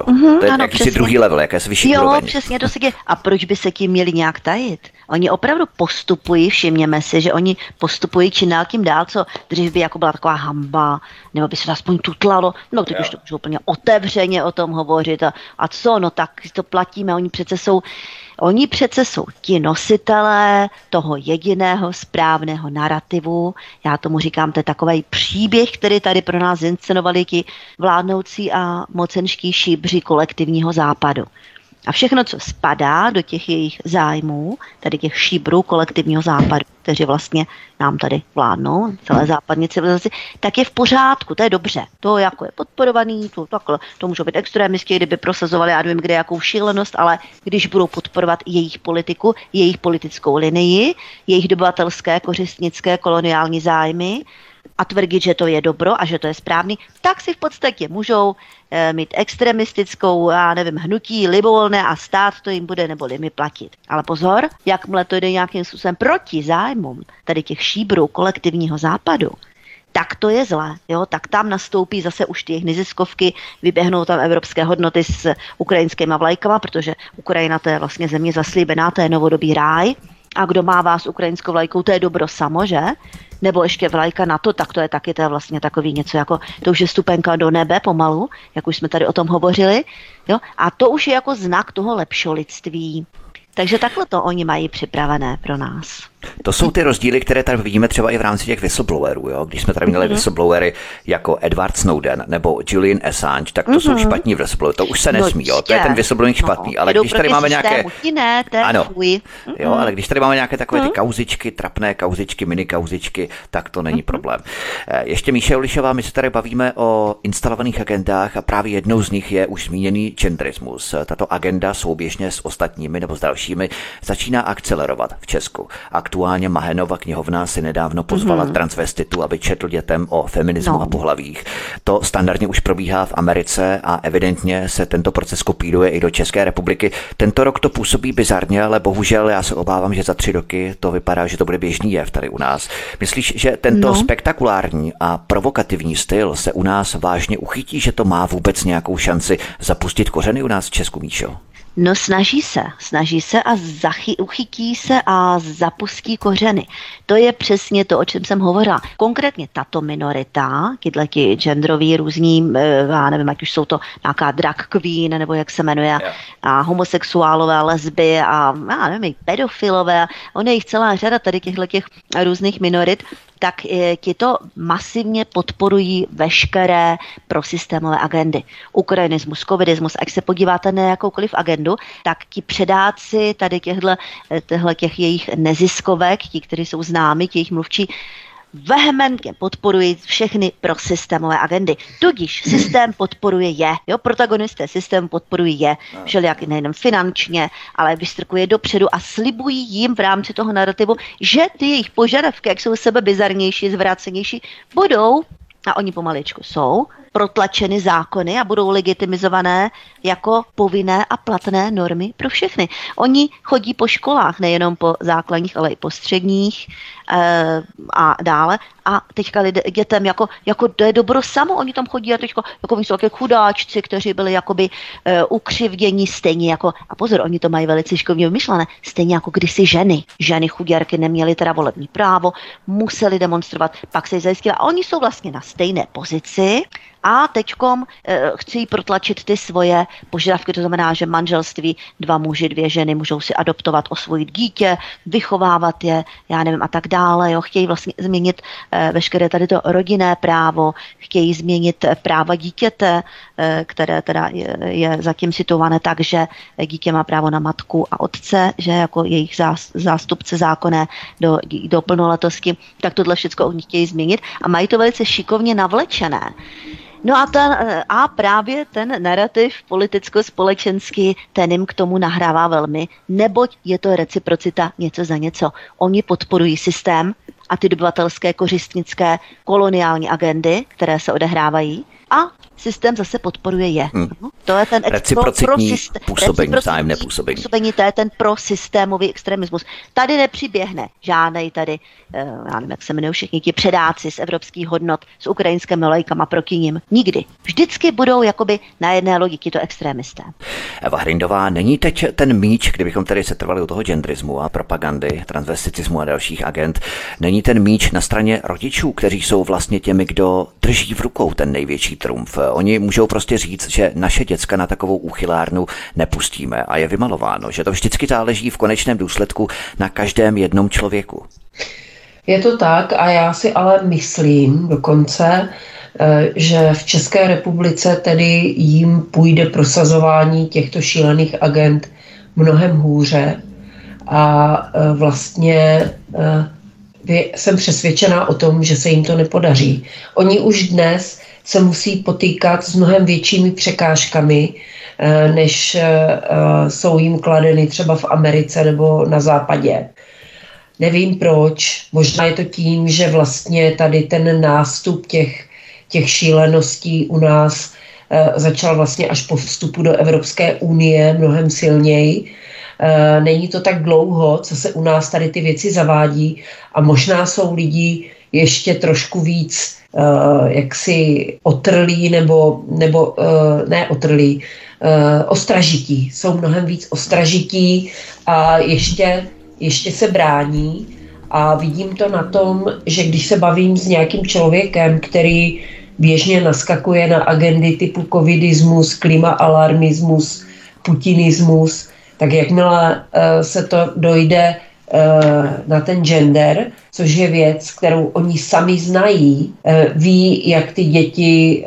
To je jakýsi druhý level, jaké vyšší úroveň. Jo, přesně to se děje. A proč by se tím měli nějak tajit? Oni opravdu postupují, všimněme si, že oni postupují čím dál tím dál, co dřív by jako byla taková hamba, nebo by se to aspoň tutlalo, no teď už to můžou úplně otevřeně o tom hovořit a co, no tak to platíme, Oni přece jsou ti nositelé toho jediného správného narrativu. Já tomu říkám, to je takový příběh, který tady pro nás inscenovali ti vládnoucí a mocenští šíbři kolektivního západu. A všechno, co spadá do těch jejich zájmů, tady těch šíbrů kolektivního západu, kteří vlastně nám tady vládnou, celé západní civilizaci, tak je v pořádku, to je dobře. To jako je podporovaný, to můžou být extrémisti, kdyby prosazovali, já nevím, kde jakou šílenost, ale když budou podporovat jejich politiku, jejich politickou linii, jejich dobyvatelské, kořistnické, koloniální zájmy, a tvrdit, že to je dobro a že to je správný, tak si v podstatě můžou mít extremistickou, já nevím, hnutí, libovolné a stát to jim bude nebo mi platit. Ale pozor, jakmile to jde nějakým způsobem proti zájmům tady těch šíbrů kolektivního západu, tak to je zlé, jo? Tak tam nastoupí zase už ty neziskovky, vyběhnou tam evropské hodnoty s ukrajinskýma vlajkama, protože Ukrajina to je vlastně země zaslíbená, to je novodobý ráj. A kdo má vás ukrajinskou vlajkou, to je dobro samo, že? Nebo ještě vlajka NATO, tak to je taky to je vlastně takový něco jako, to už je stupenka do nebe pomalu, jak už jsme tady o tom hovořili, jo? A to už je jako znak toho lepšolidství. Takže takhle to oni mají připravené pro nás. To jsou ty rozdíly, které tady vidíme třeba i v rámci těch whistleblowerů. Jo? Když jsme tady měli whistleblowery jako Edward Snowden nebo Julian Assange, tak to jsou špatní whistleblowery. To už se nesmí, jo? To je ten whistleblowing špatný. Ale když tady máme nějaké... Jo, ale když tady máme nějaké takové ty kauzičky, trapné kauzičky, mini kauzičky, tak to není problém. Ještě Míša Julišová, my se tady bavíme o instalovaných agendách a právě jednou z nich je už zmíněný genderismus. Tato agenda souběžně s ostatními nebo s dalšími začíná akcelerovat v Česku. Aktuálně Mahenova knihovna si nedávno pozvala transvestitu, aby četl dětem o feminismu a pohlavích. To standardně už probíhá v Americe a evidentně se tento proces kopíruje i do České republiky. Tento rok to působí bizarně, ale bohužel já se obávám, že za 3 roky to vypadá, že to bude běžný jev tady u nás. Myslíš, že tento spektakulární a provokativní styl se u nás vážně uchytí, že to má vůbec nějakou šanci zapustit kořeny u nás v Česku, Míšo? No snaží se a uchytí se a zapustí kořeny. To je přesně to, o čem jsem hovořila. Konkrétně tato minorita, tyhleti genderoví různí, já nevím, ať už jsou to nějaká drag queen, nebo jak se jmenuje, a homosexuálové, lesby a já nevím, pedofilové, on je jich celá řada tady těchto různých minorit, tak ti to masivně podporují veškeré prosystémové agendy. Ukrajinismus, covidismus, ať se podíváte na jakoukoliv agendu, tak ti předáci tady těch jejich neziskovek, ti, kteří jsou známi, ti jejich mluvčí, vehementně podporují všechny prosystémové agendy. Tudíž systém podporuje je. Jo, protagonisté systému podporují je. Všelijak nejen finančně, ale vystrkuje dopředu a slibují jim v rámci toho narrativu, že ty jejich požadavky, jak jsou sebe bizarnější, zvrácenější, budou, a oni pomaličku jsou, protlačeny zákony a budou legitimizované jako povinné a platné normy pro všechny. Oni chodí po školách, nejenom po základních, ale i po středních a dále. A teďka dětem jako to je dobro samo, oni tam chodí a teďka jako jsou také chudáčci, kteří byli jakoby ukřivdění stejně jako, a pozor, oni to mají velice šikovně vymyšlené, stejně jako kdysi ženy. Ženy chuděrky neměly teda volební právo, museli demonstrovat, pak se zajistila. A oni jsou vlastně na stejné pozici, a teďkom chci protlačit ty svoje požadavky, to znamená, že manželství 2 muži, 2 ženy můžou si adoptovat, osvojit dítě, vychovávat je, já nevím a tak dále, jo, chtějí vlastně změnit veškeré tady to rodinné právo, chtějí změnit práva dítěte, které teda je zatím situované tak, že dítě má právo na matku a otce, že jako jejich zástupce zákonné do plnoletosti, tak tohle všechno oni chtějí změnit a mají to velice šikovně navlečené. No a právě ten narrativ politicko-společenský, ten jim k tomu nahrává velmi, neboť je to reciprocita něco za něco. Oni podporují systém a ty dobyvatelské, kořistnické, koloniální agendy, které se odehrávají, a systém zase podporuje je. To je ten reciprocitní působení, vzájemné působení. To je ten prosystémový extremismus. Tady nepřiběhne žádnej tady, já nevím, jak se jmenují všichni ti předáci z evropských hodnot s ukrajinskými lajkama proti nim. Nikdy. Vždycky budou jakoby na jedné lodi tito extremisté. Eva Hrindová, není teď ten míč, kdybychom tady se trvali u toho genderismu a propagandy, transvesticismu a dalších agent, není ten míč na straně rodičů, kteří jsou vlastně těmi, kdo drží v rukou ten největší trumf. Oni můžou prostě říct, že naše děcka na takovou úchylárnu nepustíme a je vymalováno, že to vždycky záleží v konečném důsledku na každém jednom člověku. Je to tak a já si ale myslím dokonce, že v České republice tedy jim půjde prosazování těchto šílených agent mnohem hůře a vlastně jsem přesvědčená o tom, že se jim to nepodaří. Oni už dnes se musí potýkat s mnohem většími překážkami, než jsou jim kladeny třeba v Americe nebo na západě. Nevím proč, možná je to tím, že vlastně tady ten nástup těch šíleností u nás začal vlastně až po vstupu do Evropské unie mnohem silněji. Není to tak dlouho, co se u nás tady ty věci zavádí a možná jsou lidi ještě trošku víc jaksi otrlí nebo ne otrlí, ostražití. Jsou mnohem víc ostražití a ještě se brání a vidím to na tom, že když se bavím s nějakým člověkem, který běžně naskakuje na agendy typu covidismus, klimaalarmismus, putinismus, tak jakmile se to dojde na ten gender, což je věc, kterou oni sami znají, ví, jak ty děti,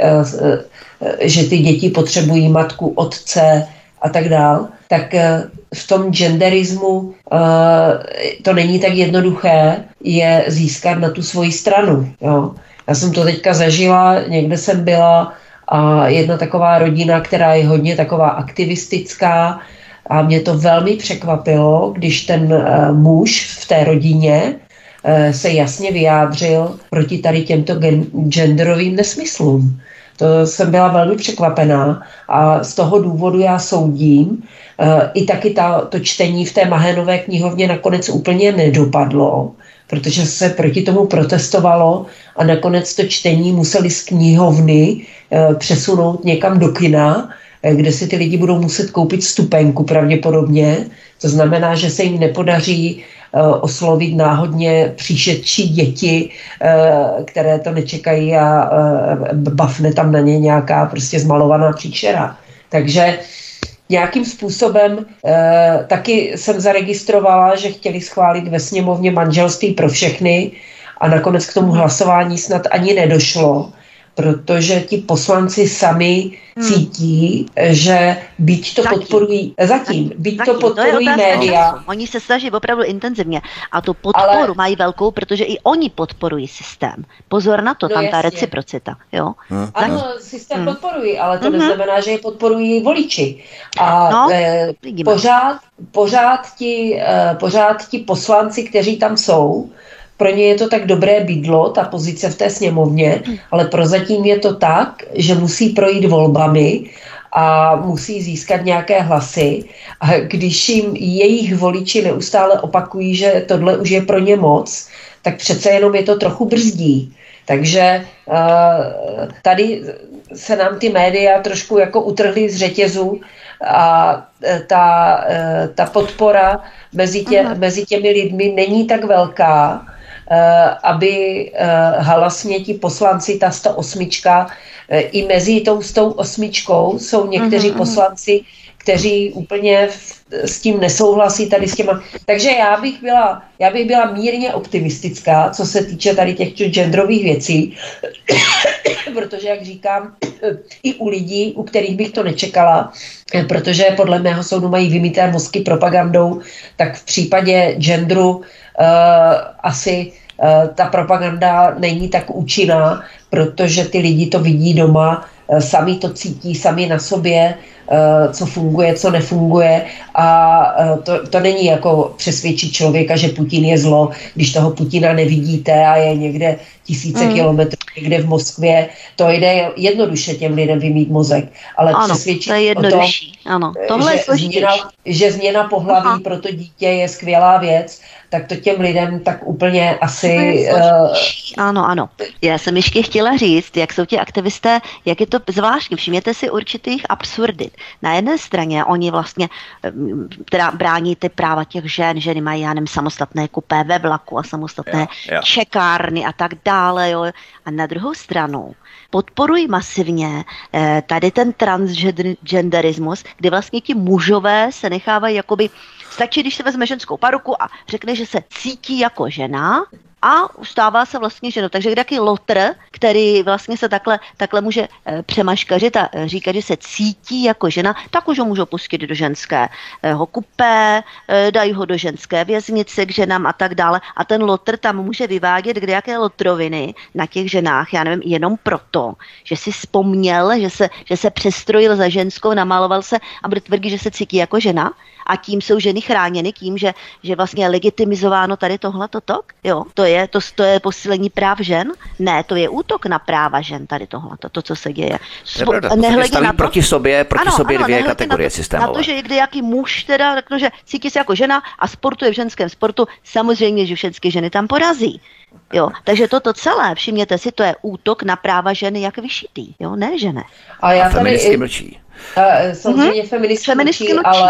že ty děti potřebují matku, otce a tak dál, tak v tom genderismu to není tak jednoduché je získat na tu svoji stranu. Jo. Já jsem to teďka zažila, někde jsem byla a jedna taková rodina, která je hodně taková aktivistická a mě to velmi překvapilo, když ten muž v té rodině se jasně vyjádřil proti tady těmto genderovým nesmyslům. To jsem byla velmi překvapená a z toho důvodu já soudím. I taky to čtení v té Mahénové knihovně nakonec úplně nedopadlo, protože se proti tomu protestovalo a nakonec to čtení museli z knihovny přesunout někam do kina, kde si ty lidi budou muset koupit vstupenku pravděpodobně. To znamená, že se jim nepodaří oslovit náhodně příšetší děti, které to nečekají a bafne tam na ně nějaká prostě zmalovaná příšera. Takže nějakým způsobem taky jsem zaregistrovala, že chtěli schválit ve sněmovně manželství pro všechny a nakonec k tomu hlasování snad ani nedošlo, protože ti poslanci sami cítí, že byť to podporují, byť to podporují média. Oni se snaží opravdu intenzivně a tu podporu mají velkou, protože i oni podporují systém. Pozor na to, tam ta reciprocita. Jo? Ano, systém podporují, ale to neznamená, že je podporují voliči. A pořád ti poslanci, kteří tam jsou, pro ně je to tak dobré bydlo, ta pozice v té sněmovně, ale prozatím je to tak, že musí projít volbami a musí získat nějaké hlasy. A když jim jejich voliči neustále opakují, že tohle už je pro ně moc, tak přece jenom je to trochu brzdí. Takže tady se nám ty média trošku jako utrhly z řetězu a ta podpora mezi těmi lidmi není tak velká, aby halasně ti poslanci, ta 108, i mezi tou 108 jsou někteří poslanci, kteří úplně s tím nesouhlasí tady s těma. Takže já bych byla mírně optimistická, co se týče tady těch genderových věcí, protože, jak říkám, i u lidí, u kterých bych to nečekala, protože podle mého soudu mají vymyté mozky propagandou, tak v případě genderu asi ta propaganda není tak účinná, protože ty lidi to vidí doma, sami to cítí, sami na sobě co funguje, co nefunguje a to není jako přesvědčit člověka, že Putin je zlo, když toho Putina nevidíte a je někde tisíce kilometrů, někde v Moskvě, to jde jednoduše těm lidem vymít mozek, ale ano, přesvědčit to je jednodušší. Ano, tohle je že změna pohlaví pro to dítě je skvělá věc, tak to těm lidem tak úplně asi... Ano. Já jsem ještě chtěla říct, jak jsou ti aktivisté, jak je to zvláštní. Všimněte si určitých absurdit. Na jedné straně oni vlastně teda brání ty práva těch žen, ženy mají, já nevím, samostatné kupé ve vlaku a samostatné čekárny a tak dále. Jo. A na druhou stranu podporují masivně tady ten transgenderismus, kdy vlastně ti mužové se nechávají jakoby, stačí, když se vezme ženskou paruku a řekne, že se cítí jako žena a stává se vlastně ženou. Takže takový lotr, který vlastně se takhle může přemaškařit a říkat, že se cítí jako žena, tak už ho můžou pustit do ženského kupé, dají ho do ženské věznice k ženám a tak dále. A ten lotr tam může vyvádět kdejaké lotroviny na těch ženách, já nevím, jenom proto, že si vzpomněl, že se přestrojil za ženskou, namaloval se a bude tvrdit, že se cítí jako žena. A tím jsou ženy chráněny, tím, že vlastně je legitimizováno tady tohleto tok. Jo, to je posílení práv žen? Ne, to je útok na práva žen tady tohleto, to, co se děje. Nehledě na to, proti sobě dvě kategorie systémové. Na to, že je kdejaký muž teda řekne, že cítí se jako žena a sportuje v ženském sportu, samozřejmě, že všechny ženy tam porazí. Jo, takže toto celé, všimněte si, to je útok na práva ženy jak vyšitý, jo, ne ženy. A feministky mlčí. Samozřejmě feministky mlčí,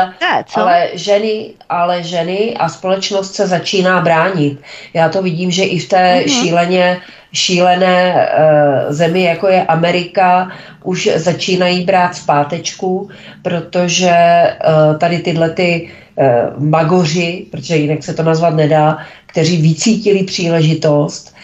ale ženy a společnost se začíná bránit. Já to vidím, že i v té šílené zemi, jako je Amerika, už začínají brát zpátečku, protože tady tyhle ty magoři, protože jinak se to nazvat nedá, kteří vycítili příležitost,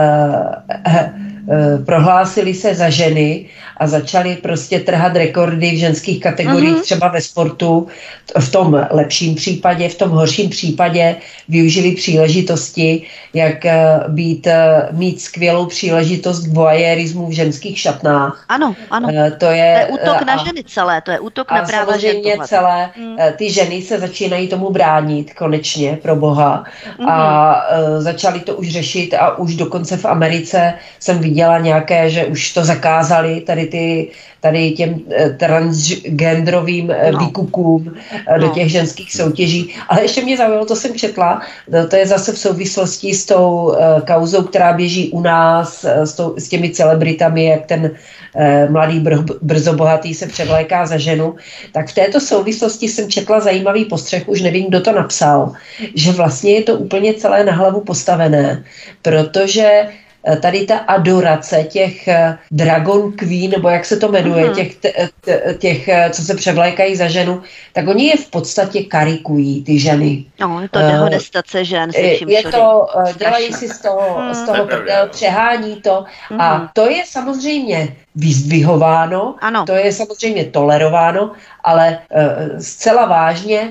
prohlásili se za ženy a začali prostě trhat rekordy v ženských kategoriích, třeba ve sportu, v tom lepším případě, v tom horším případě využili příležitosti, jak mít skvělou příležitost k voyeurismu v ženských šatnách. Ano. To je útok na ženy celé, to je útok na práva žen. Celé ty ženy se začínají tomu bránit konečně, pro boha. A začali to už řešit a už dokonce v Americe jsem viděla nějaké, že už to zakázali tady těm transgenderovým výkupům do těch ženských soutěží. Ale ještě mě zaujalo, to jsem četla, to je zase v souvislosti s tou kauzou, která běží u nás, s těmi celebritami, jak ten mladý brzo bohatý se převléká za ženu. Tak v této souvislosti jsem četla zajímavý postřeh, už nevím, kdo to napsal, že vlastně je to úplně celé na hlavu postavené, protože tady ta adorace těch Dragon Queen, nebo jak se to jmenuje, těch, co se převlékají za ženu, tak oni je v podstatě karikují, ty ženy. No, je to dehonestace žen. Je to, dělají si z toho přehání to a to je samozřejmě vyzdvihováno, to je samozřejmě tolerováno, ale zcela vážně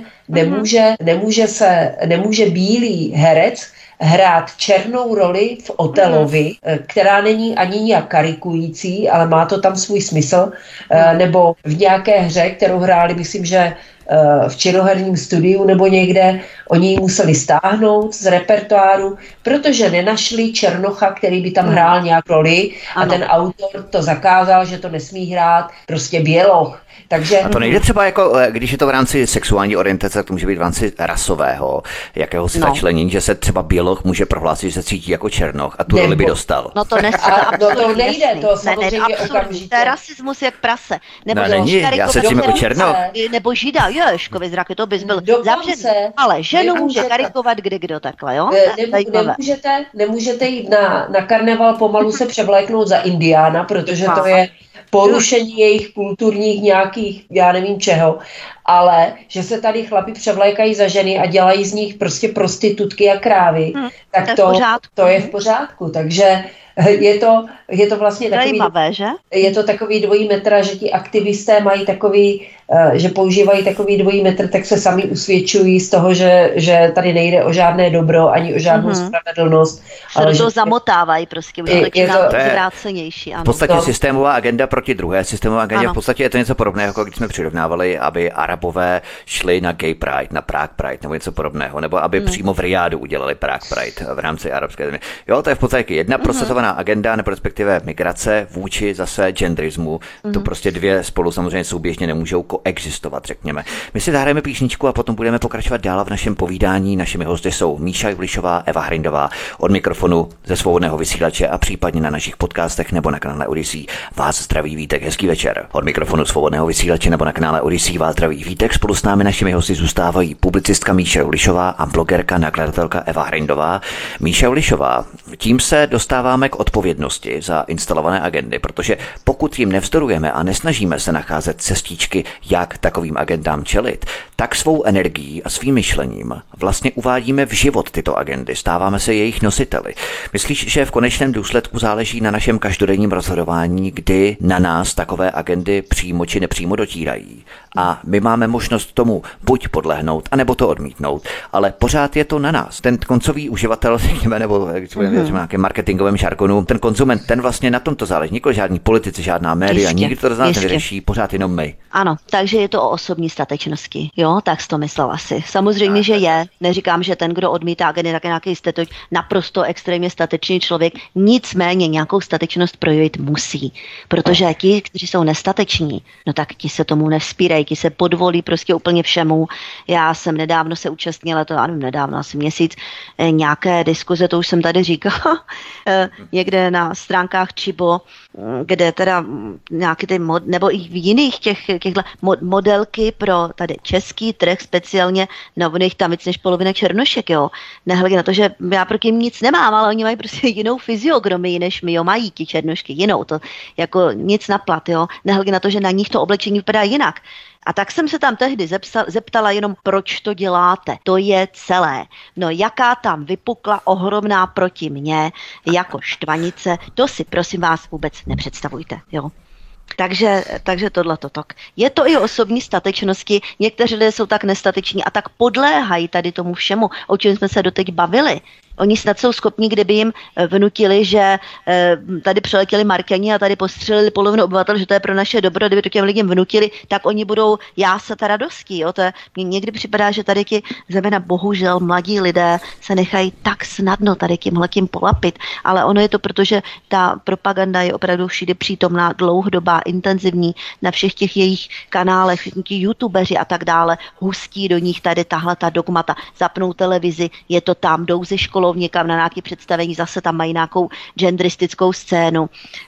nemůže bílý herec hrát černou roli v Otelovi, která není ani nijak karikující, ale má to tam svůj smysl, nebo v nějaké hře, kterou hráli, myslím, že v činoherním studiu nebo někde, oni ji museli stáhnout z repertoáru, protože nenašli černocha, který by tam hrál nějak roli a ten autor to zakázal, že to nesmí hrát prostě běloch. Takže... A to nejde třeba jako, když je to v rámci sexuální orientace, to může být v rámci rasového, jakéhosi začlenění, že se třeba běloch může prohlásit, že se cítí jako černoch a tu roli by dostal. No to nejde, to samozřejmě okamžitě. To je rasismus jak prase. Nebo já se cítím jako černoch. Nebo žida, ježkovi zraky, to bys byl zavřený. Ale ženu může karikovat kdo takhle, jo? Nemůžete jít na karneval pomalu se převléknout za indiána, protože to je porušení jejich kulturních nějakých, já nevím čeho, ale že se tady chlapi převlékají za ženy a dělají z nich prostě prostitutky a krávy, tak to je v pořádku. Takže Je to vlastně zajímavé, že? Je to takový dvojí metr, že ti aktivisté mají takový, že používají takový dvojí metr, tak se sami usvědčují z toho, že tady nejde o žádné dobro, ani o žádnou spravedlnost. Se do toho zamotávají prostě, už to začíná zvrácenější. V podstatě systémová agenda proti druhé systémová agendě, v podstatě je to něco podobného, jako když jsme přirovnávali, aby Arabové šli na Gay Pride, na Prague Pride, nebo něco podobného, nebo aby přímo v Riádu udělali Prague Pride v rámci arabské země. Jo, to je v podstatě jedna prosazovaná agenda, nebo respektive migrace vůči zase genderismu. To prostě dvě spolu samozřejmě souběžně nemůžou koexistovat, řekněme. My si zahrajeme písničku a potom budeme pokračovat dál v našem povídání. Našimi hosty jsou Míša Julišová, Eva Hrindová. Od mikrofonu ze Svobodného vysílače a případně na našich podcastech nebo na kanále Odyssey vás zdraví Vítek, hezký večer. Od mikrofonu Svobodného vysílače nebo na kanále Odyssey vás zdraví Vítek. Spolu s námi našimi hosty zůstávají publicistka Míša Julišová a blogerka, nakladatelka Eva Hrindová. Míša Julišová, tím se dostáváme k odpovědnosti za instalované agendy, protože pokud jim nevzdorujeme a nesnažíme se nacházet cestičky, jak takovým agendám čelit, tak svou energií a svým myšlením vlastně uvádíme v život tyto agendy, stáváme se jejich nositeli. Myslíš, že v konečném důsledku záleží na našem každodenním rozhodování, kdy na nás takové agendy přímo či nepřímo dotírají? A my máme možnost tomu buď podlehnout, anebo to odmítnout, ale pořád je to na nás. Ten koncový uživatel, řekněme, nebo nějakém marketingovém žargonu, ten konzument, ten vlastně na tomto záleží. Nikoli žádní politici, žádná média, nikdy to z nás nevyřeší, pořád jenom my. Ano, takže je to o osobní statečnosti. Jo, tak jsi to myslel asi. Samozřejmě, že je. Neříkám, že ten, kdo odmítá agendy, tak je nějaký statoč, naprosto extrémně statečný člověk. Nicméně nějakou statečnost projevit musí. Protože ti, kteří jsou nestateční, no tak ti se tomu nevzpírají, ti se podvolí prostě úplně všemu. Já jsem nedávno se účastnila, to ano, nedávno, asi měsíc, nějaké diskuze, to už jsem tady říkala, někde na stránkách Čibo, kde teda nějaký ty nebo i v jiných těchto modelky pro tady český trh, speciálně nových tam víc než polovina černošek, jo. Nehledě na to, že já proti jim nic nemám, ale oni mají prostě jinou fyziognomii, než my, jo, mají ti černošky, jinou, to jako nic na plat, jo. Nehledě na to, že na nich to oblečení vypadá jinak. A tak jsem se tam tehdy zeptala jenom, proč to děláte. To je celé. No jaká tam vypukla ohromná proti mně jako štvanice, to si prosím vás vůbec nepředstavujte. Jo? Takže tohleto tak. Je to i o osobní statečnosti. Někteří lidé jsou tak nestateční a tak podléhají tady tomu všemu, o čem jsme se doteď bavili. Oni snad jsou schopni, kdyby jim vnutili, že tady přiletěli Marťani a tady postřelili polovinu obyvatel, že to je pro naše dobro, kdyby to těm lidem vnutili, tak oni budou jásat radostí. Jo? To je, mně někdy připadá, že tady ti zejména bohužel mladí lidé se nechají tak snadno tady tímhletím polapit, ale ono je to proto, že ta propaganda je opravdu všude přítomná, dlouhodobá, intenzivní, na všech těch jejich kanálech, všichni ti youtubeři a tak dále, hustí do nich tady tahle ta dogmata, zapnou televizi, je to tam, jdou ze školou někam na nějaké představení, zase tam mají nějakou genderistickou scénu,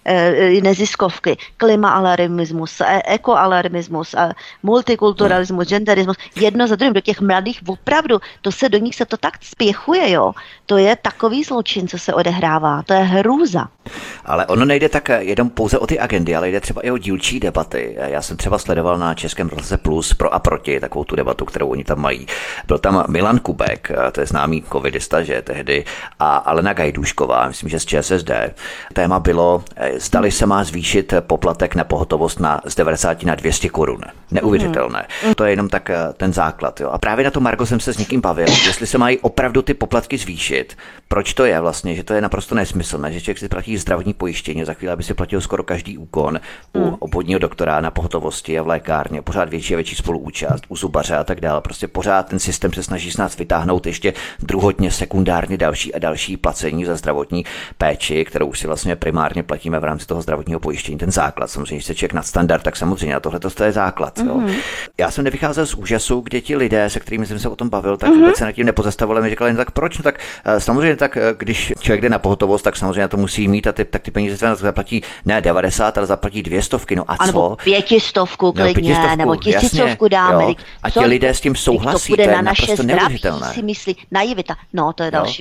neziskovky, klimaalarmismus, ekoalarmismus, multikulturalismus, genderismus, jedno za druhým, do těch mladých opravdu, do nich se to tak spěchuje, jo. To je takový zločin, co se odehrává, to je hrůza. Ale ono nejde tak jenom pouze o ty agendy, ale jde třeba i o dílčí debaty. Já jsem třeba sledoval na Českém rozhlase Plus pro a proti takovou tu debatu, kterou oni tam mají. Byl tam Milan Kubek, to je známý covidista, že tehdy, a Alena Gajdůšková, myslím, že z ČSSD. Téma bylo, zdali se má zvýšit poplatek na pohotovost z 90 na 200 korun. Neuvěřitelné. To je jenom tak ten základ. Jo. A právě na to Margo jsem se s někým bavil, jestli se mají opravdu ty poplatky zvýšit. Proč to je vlastně, že to je naprosto nesmyslné, že člověk si platí zdravotní pojištění, za chvíli aby si platil skoro každý úkon u obvodního doktora na pohotovosti a v lékárně, pořád větší a větší spoluúčast, u zubaře a tak dále. Prostě pořád ten systém se snaží s nás vytáhnout ještě druhotně, sekundárně další a další placení za zdravotní péči, kterou už si vlastně primárně platíme v rámci toho zdravotního pojištění, ten základ. Samozřejmě, když se člověk nad standard, tak samozřejmě, a tohle to je základ. Jo. Já jsem nevycházel z úžasu, kde ti lidé, se kterými jsem se o tom bavil, tak vůbec se nad tím nepozastavovali, mi říkali, no tak proč? No tak samozřejmě, tak když člověk jde na pohotovost, tak samozřejmě to musí mít a ty peníze se zaplatí ne 90, ale zaplatí 200, no a co? Nebo 500 klidně, nebo 1000 dáme. A ti lidé s tím souhlasí, to bude je na naše naprosto zdraví, neuvěřitelné. si myslí, naivita. No, to je další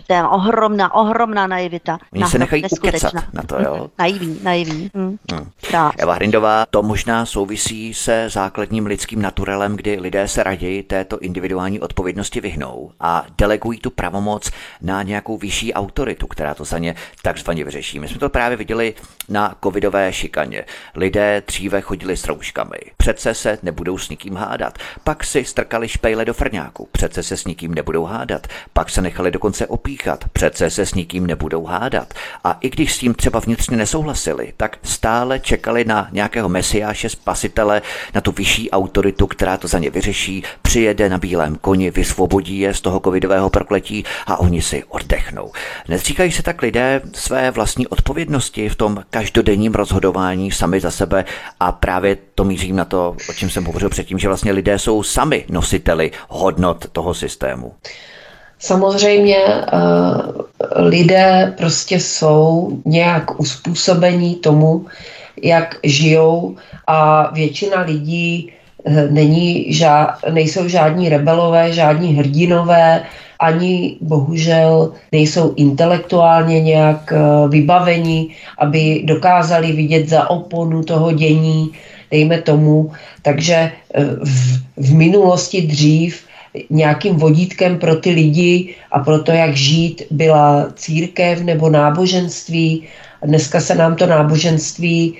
vtipné, ohromná naivita. Oni se nechají ukecat na to, jo? Naivní. Eva Hrindová, to možná souvisí se základním lidským naturelem, kdy lidé se raději této individuální odpovědnosti vyhnou a delegují tu pravomoc na nějakou vyšší autoritu, která to za ně takzvaně vyřeší. My jsme to právě viděli na covidové šikaně. Lidé dříve chodili s rouškami. Přece se nebudou s nikým hádat. Pak si strkali špejle do frňáku. Přece se s nikým nebudou hádat. Pak se nechali dokonce opíchat. Přece se s nikým nebudou hádat. A i když s tím třeba vnitřně nesouhlasili, tak stále čekali na nějakého mesiáše, spasitele, na tu vyšší autoritu, která to za ně vyřeší, přijede na bílém koni, vysvobodí je z toho covidového prokletí a oni si oddechnou. Nezříkají se tak lidé své vlastní odpovědnosti v tom každodenním rozhodování sami za sebe a právě to mířím na to, o čem jsem hovořil předtím, že vlastně lidé jsou sami nositeli hodnot toho systému. Samozřejmě lidé prostě jsou nějak uspůsobení tomu, jak žijou a většina lidí nejsou žádní rebelové, žádní hrdinové, ani bohužel nejsou intelektuálně nějak vybaveni, aby dokázali vidět za oponu toho dění, dejme tomu. Takže v minulosti dřív nějakým vodítkem pro ty lidi a pro to, jak žít, byla církev nebo náboženství. Dneska se nám to náboženství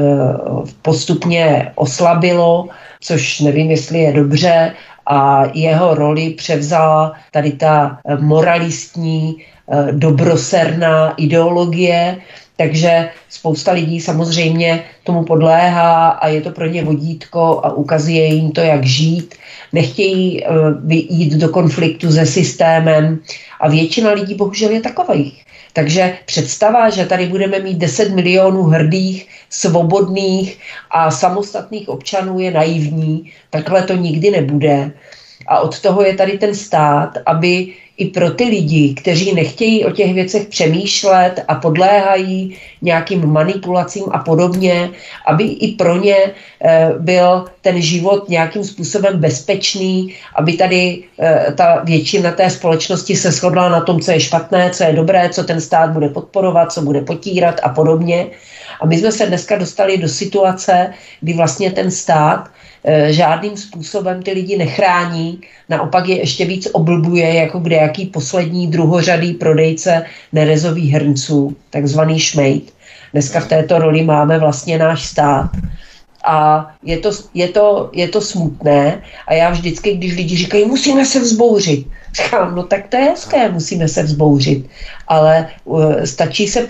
postupně oslabilo, což nevím, jestli je dobře, a jeho roli převzala tady ta moralistní, dobroserná ideologie, takže spousta lidí samozřejmě tomu podléhá a je to pro ně vodítko a ukazuje jim to, jak žít. Nechtějí jít do konfliktu se systémem a většina lidí bohužel je takových. Takže představa, že tady budeme mít 10 milionů hrdých, svobodných a samostatných občanů je naivní, takhle to nikdy nebude. A od toho je tady ten stát, aby i pro ty lidi, kteří nechtějí o těch věcech přemýšlet a podléhají nějakým manipulacím a podobně, aby i pro ně byl ten život nějakým způsobem bezpečný, aby tady ta většina té společnosti se shodla na tom, co je špatné, co je dobré, co ten stát bude podporovat, co bude potírat a podobně. A my jsme se dneska dostali do situace, kdy vlastně ten stát žádným způsobem ty lidi nechrání, naopak je ještě víc oblbuje, jako kdejaký poslední druhořadý prodejce nerezových hrnců, takzvaný šmejd. Dneska v této roli máme vlastně náš stát. A je to smutné a já vždycky, když lidi říkají, musíme se vzbouřit, říkám, no tak to je hezké, musíme se vzbouřit, ale stačí se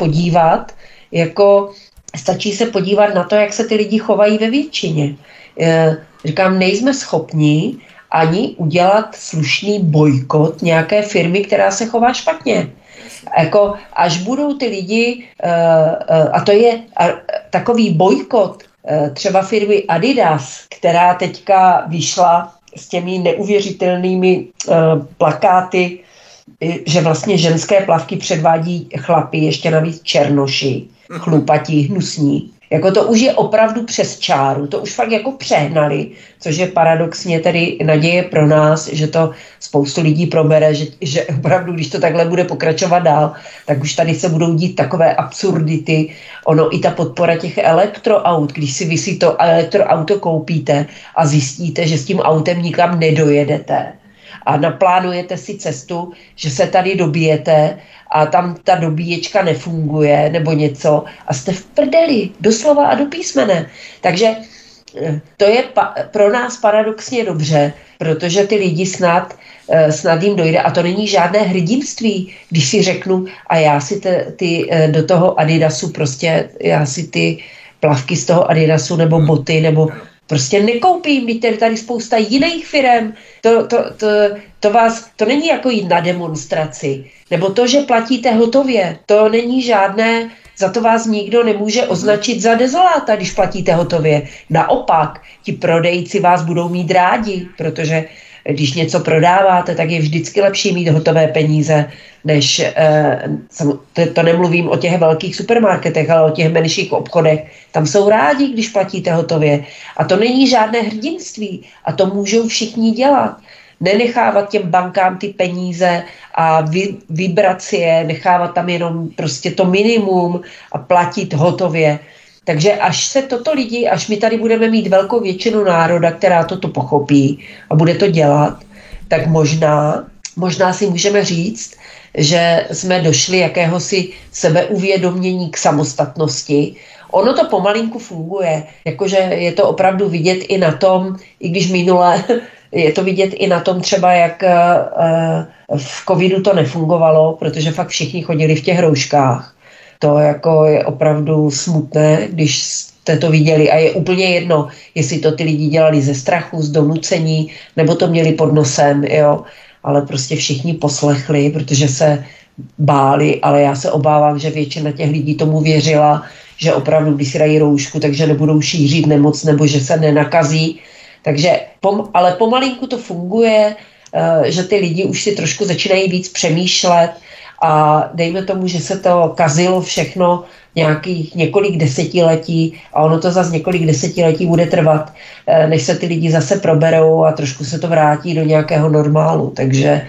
podívat na to, jak se ty lidi chovají ve většině. Říkám, nejsme schopni ani udělat slušný bojkot nějaké firmy, která se chová špatně. Jako, až budou ty lidi, a to je takový bojkot třeba firmy Adidas, která teďka vyšla s těmi neuvěřitelnými plakáty, že vlastně ženské plavky předvádí chlapy, ještě navíc černoši, chlupatí, hnusní. Jako to už je opravdu přes čáru, to už fakt jako přehnali, což je paradoxně tedy naděje pro nás, že to spoustu lidí probere, že opravdu, když to takhle bude pokračovat dál, tak už tady se budou dít takové absurdity. Ono i ta podpora těch elektroaut, když si to elektroauto koupíte a zjistíte, že s tím autem nikam nedojedete a naplánujete si cestu, že se tady dobijete a tam ta dobíječka nefunguje nebo něco a jste v prdeli, doslova a do písmene. Takže to je pro nás paradoxně dobře, protože ty lidi snad jim dojde a to není žádné hrdinství, když si řeknu a já si do toho Adidasu prostě, já si ty plavky z toho Adidasu nebo boty nebo prostě nekoupím, když tady spousta jiných firem, to není jako jít na demonstraci. Nebo to, že platíte hotově, to není žádné, za to vás nikdo nemůže označit za dezoláta, když platíte hotově. Naopak, ti prodejci vás budou mít rádi, protože když něco prodáváte, tak je vždycky lepší mít hotové peníze, než, to nemluvím o těch velkých supermarketech, ale o těch menších obchodech. Tam jsou rádi, když platíte hotově. A to není žádné hrdinství. A to můžou všichni dělat. nenechávat těm bankám ty peníze a vybrat si je, nechávat tam jenom prostě to minimum a platit hotově. Takže až my tady budeme mít velkou většinu národa, která toto pochopí a bude to dělat, tak možná si můžeme říct, že jsme došli jakéhosi sebeuvědomění k samostatnosti. Ono to pomalinku funguje, jakože je to opravdu vidět i na tom, i když minule je to vidět i na tom třeba, jak v covidu to nefungovalo, protože fakt všichni chodili v těch rouškách. To jako je opravdu smutné, když jste to viděli a je úplně jedno, jestli to ty lidi dělali ze strachu, z donucení, nebo to měli pod nosem, jo. Ale prostě všichni poslechli, protože se báli, ale já se obávám, že většina těch lidí tomu věřila, že opravdu, když si dají roušku, takže nebudou šířit nemoc nebo že se nenakazí. Takže, ale pomalinku to funguje, že ty lidi už si trošku začínají víc přemýšlet a dejme tomu, že se to kazilo všechno nějakých několik desetiletí a ono to zase několik desetiletí bude trvat, než se ty lidi zase proberou a trošku se to vrátí do nějakého normálu, takže...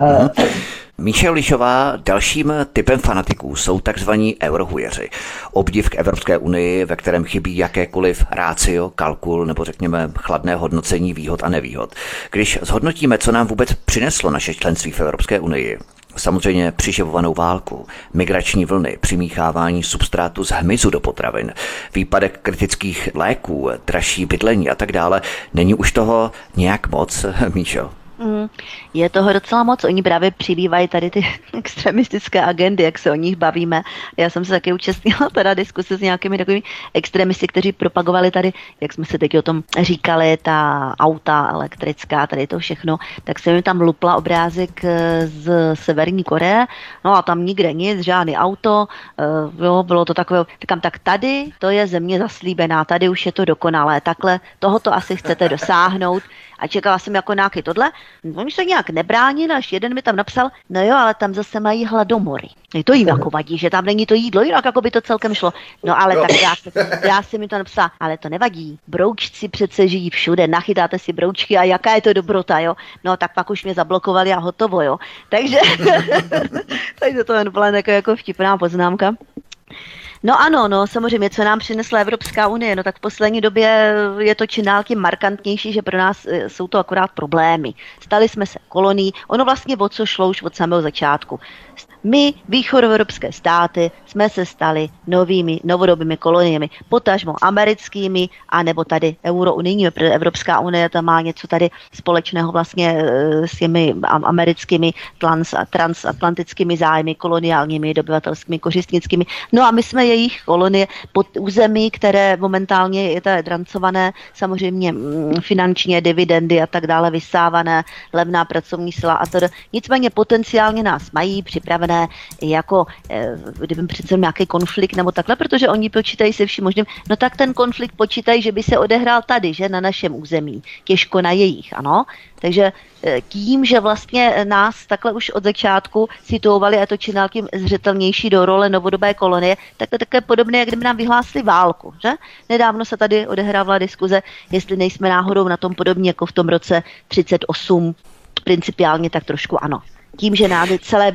Míša Lišová, dalším typem fanatiků jsou takzvaní eurohujeři. Obdiv k Evropské unii, ve kterém chybí jakékoliv rácio, kalkul nebo řekněme chladné hodnocení výhod a nevýhod. Když zhodnotíme, co nám vůbec přineslo naše členství v Evropské unii, samozřejmě přiživovanou válku, migrační vlny, přimíchávání substrátu z hmyzu do potravin, výpadek kritických léků, dražší bydlení a tak dále, není už toho nějak moc, Míšo? Je toho docela moc. Oni právě přibývají tady ty extremistické agendy, jak se o nich bavíme. Já jsem se taky účastnila teda diskuse s nějakými takovými extremisty, kteří propagovali tady, jak jsme se teď o tom říkali, ta auta elektrická, tady to všechno, tak jsem jim tam lupla obrázek z Severní Koreje, no a tam nikde nic, žádný auto, jo, bylo to takové, říkám, tak tady to je země zaslíbená, tady už je to dokonalé, takhle tohoto asi chcete dosáhnout. A čekala jsem jako nějaký tohle. Oni se nějak nebránili, až jeden mi tam napsal, no jo, ale tam zase mají hladomory. To jim jako vadí, že tam není to jídlo, jinak jako by to celkem šlo. No ale tak já jsem mi to napsala, ale to nevadí. Broučci přece žijí všude, nachytáte si broučky a jaká je to dobrota, jo. No tak pak už mě zablokovali a hotovo, jo. Takže to byla jako vtipná poznámka. No ano, no samozřejmě, co nám přinesla Evropská unie, no tak v poslední době je to čím dál tím markantnější, že pro nás jsou to akorát problémy. Stali jsme se kolonií, ono vlastně o co šlo už od samého začátku. My, východoevropské státy, jsme se stali novodobými koloniemi, potažmo americkými, anebo tady eurounijními, protože Evropská unie tam má něco tady společného vlastně s těmi americkými transatlantickými zájmy, koloniálními, dobyvatelskými, kořistnickými. No a my jsme jejich kolonie pod území, které momentálně je tady drancované, samozřejmě finančně, dividendy a tak dále vysávané, levná pracovní sila a to. Nicméně potenciálně nás mají připravené jako kdyby přece nějaký konflikt nebo takhle, protože oni počítají se vším možným, no tak ten konflikt počítají, že by se odehrál tady, že na našem území, těžko na jejich, ano. Takže tím, že vlastně nás takhle už od začátku situovali a to čím dál tím zřetelnější do role novodobé kolonie, tak to je také podobné, jak kdyby nám vyhlásili válku, že? Nedávno se tady odehrávala diskuze, jestli nejsme náhodou na tom podobně jako v tom roce 38, principiálně tak trošku ano. Tím, že celé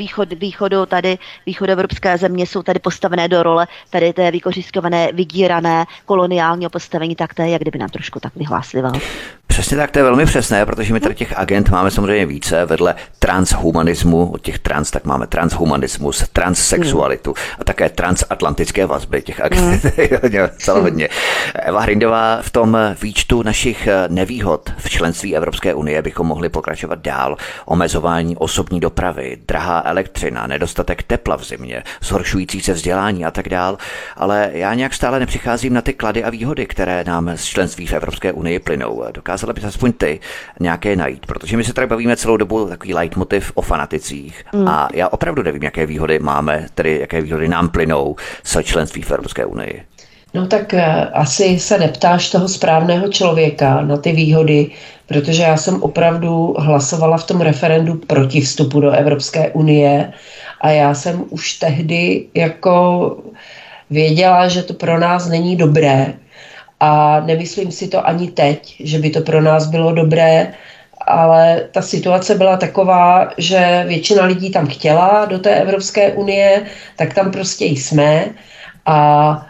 východoevropské země jsou tady postavené do role tady té vykořisťované, vydírané koloniálního postavení, tak to je, jak kdyby nám trošku tak vyhlásili válku. Přesně tak, to je velmi přesné, protože my tady těch agent máme samozřejmě více, vedle transhumanismu, od těch trans, tak máme transhumanismus, transsexualitu a také transatlantické vazby těch agent, celé hodně. Eva Hrindová, v tom výčtu našich nevýhod v členství Evropské unie bychom mohli pokračovat dál. Omezování osobní dopravy, drahá elektřina, nedostatek tepla v zimě, zhoršující se vzdělání a tak dál, ale já nějak stále nepřicházím na ty klady a výhody, které nám z členství v Evropské unii plynou. Dokázala bys aspoň ty nějaké najít, protože my se tady bavíme celou dobu takový leitmotiv o fanaticích a já opravdu nevím, jaké výhody máme, tedy jaké výhody nám plynou z členství v Evropské unii. No tak asi se neptáš toho správného člověka na ty výhody, protože já jsem opravdu hlasovala v tom referendu proti vstupu do Evropské unie a já jsem už tehdy jako věděla, že to pro nás není dobré a nemyslím si to ani teď, že by to pro nás bylo dobré ale ta situace byla taková, že většina lidí tam chtěla do té Evropské unie, tak tam prostě jsme a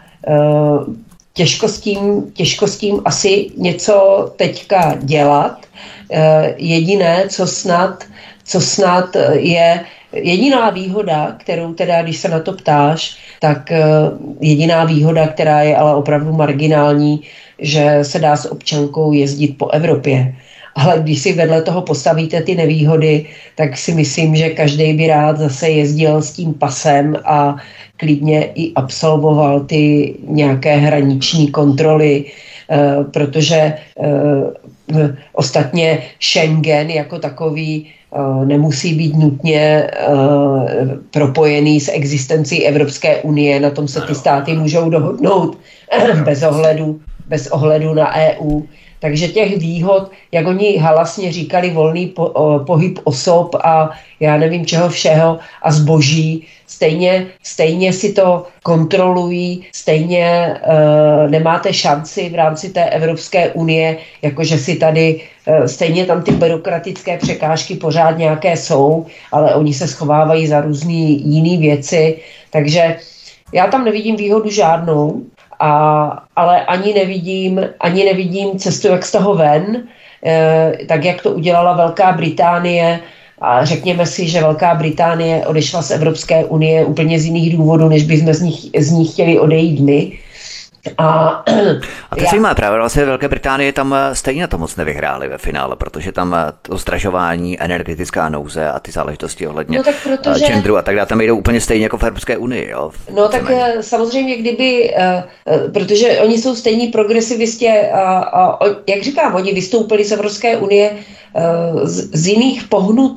těžko s tím asi něco teďka dělat. Jediné, co snad je jediná výhoda, kterou teda, když se na to ptáš, tak jediná výhoda, která je ale opravdu marginální, že se dá s občankou jezdit po Evropě. Ale když si vedle toho postavíte ty nevýhody, tak si myslím, že každý by rád zase jezdil s tím pasem a klidně i absolvoval ty nějaké hraniční kontroly, protože ostatně Schengen jako takový nemusí být nutně propojený s existencí Evropské unie, na tom se ty státy můžou dohodnout bez ohledu na EU. Takže těch výhod, jak oni halasně říkali, volný pohyb osob a já nevím čeho všeho a zboží, stejně si to kontrolují, stejně nemáte šanci v rámci té Evropské unie, jakože si tady, stejně tam ty byrokratické překážky pořád nějaké jsou, ale oni se schovávají za různé jiné věci, takže já tam nevidím výhodu žádnou, ale ani nevidím cestu, jak z toho ven, tak jak to udělala Velká Británie. A řekněme si, že Velká Británie odešla z Evropské unie úplně z jiných důvodů, než bychom z ní chtěli odejít my. A to si má právě vlastně Velké Británie tam stejně na to moc nevyhráli ve finále, protože tam to zdražování, energetická nouze a ty záležitosti ohledně genderu a tak dále tam jdou úplně stejně jako v Evropské unii. Jo? No tak samozřejmě, protože oni jsou stejní progresivisti a jak říkám, oni vystoupili z Evropské unie z jiných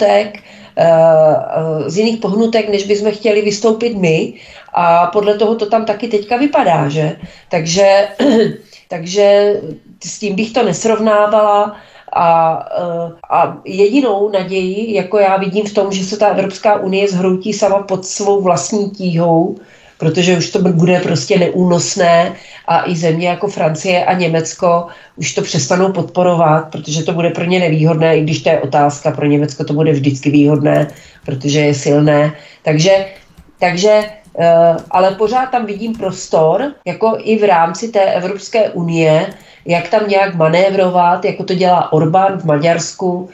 pohnutek, než bychom chtěli vystoupit my a podle toho to tam taky teďka vypadá, že? Takže s tím bych to nesrovnávala a jedinou naději, jako já vidím v tom, že se ta Evropská unie zhroutí sama pod svou vlastní tíhou, protože už to bude prostě neúnosné a i země jako Francie a Německo už to přestanou podporovat, protože to bude pro ně nevýhodné, i když to je otázka, pro Německo to bude vždycky výhodné, protože je silné. Takže ale pořád tam vidím prostor, jako i v rámci té Evropské unie, jak tam nějak manévrovat, jako to dělá Orbán v Maďarsku,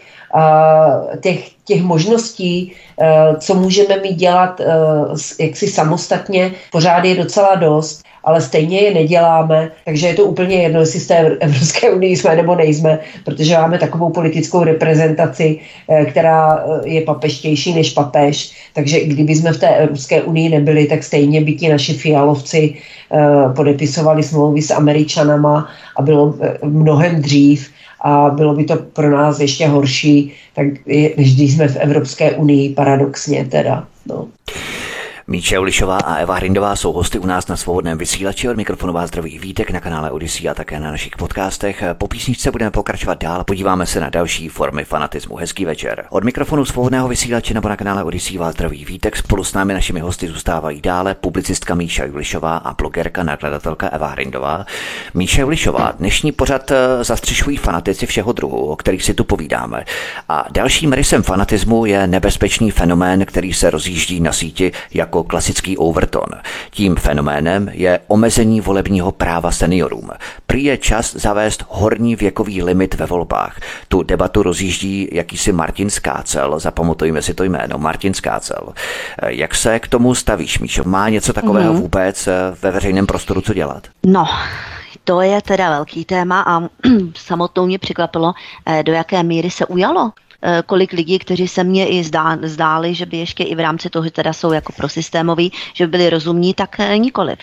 těch možností, co můžeme my dělat jaksi samostatně, pořád je docela dost, ale stejně je neděláme, takže je to úplně jedno, jestli z té Evropské unii jsme nebo nejsme, protože máme takovou politickou reprezentaci, která je papeštější než papež, takže kdyby jsme v té Evropské unii nebyli, tak stejně by ti naši fialovci podepisovali smlouvy s Američanama a bylo mnohem dřív a bylo by to pro nás ještě horší, než když jsme v Evropské unii, paradoxně teda. No. Míša Julišová a Eva Hrindová jsou hosty u nás na Svobodném vysílači. Od mikrofonu vás zdraví Vítek na kanále Odyssey a také na našich podcastech. Po písničce budeme pokračovat dál, podíváme se na další formy fanatismu. Hezký večer. Od mikrofonu Svobodného vysílače nebo na kanále Odyssey vás zdraví Vítek. Spolu s námi našimi hosty zůstávají dále publicistka Míša Julišová a blogerka, nakladatelka Eva Hrindová. Míša Julišová, dnešní pořad zastřešují fanatici všeho druhu, o kterých si tu povídáme. A dalším rysem fanatismu je nebezpečný fenomén, který se rozjíždí na síti jako klasický overton. Tím fenoménem je omezení volebního práva seniorům. Prý je čas zavést horní věkový limit ve volbách. Tu debatu rozjíždí jakýsi Martin Skácel, zapamatujme si to jméno, Martin Skácel. Jak se k tomu stavíš, Míšo? Má něco takového vůbec ve veřejném prostoru co dělat? No, to je teda velký téma a samotnou mě překvapilo, do jaké míry se ujalo. Kolik lidí, kteří se mně i zdáli, že by ještě i v rámci toho, že teda jsou jako prosystémoví, že by byli rozumní, tak nikoliv.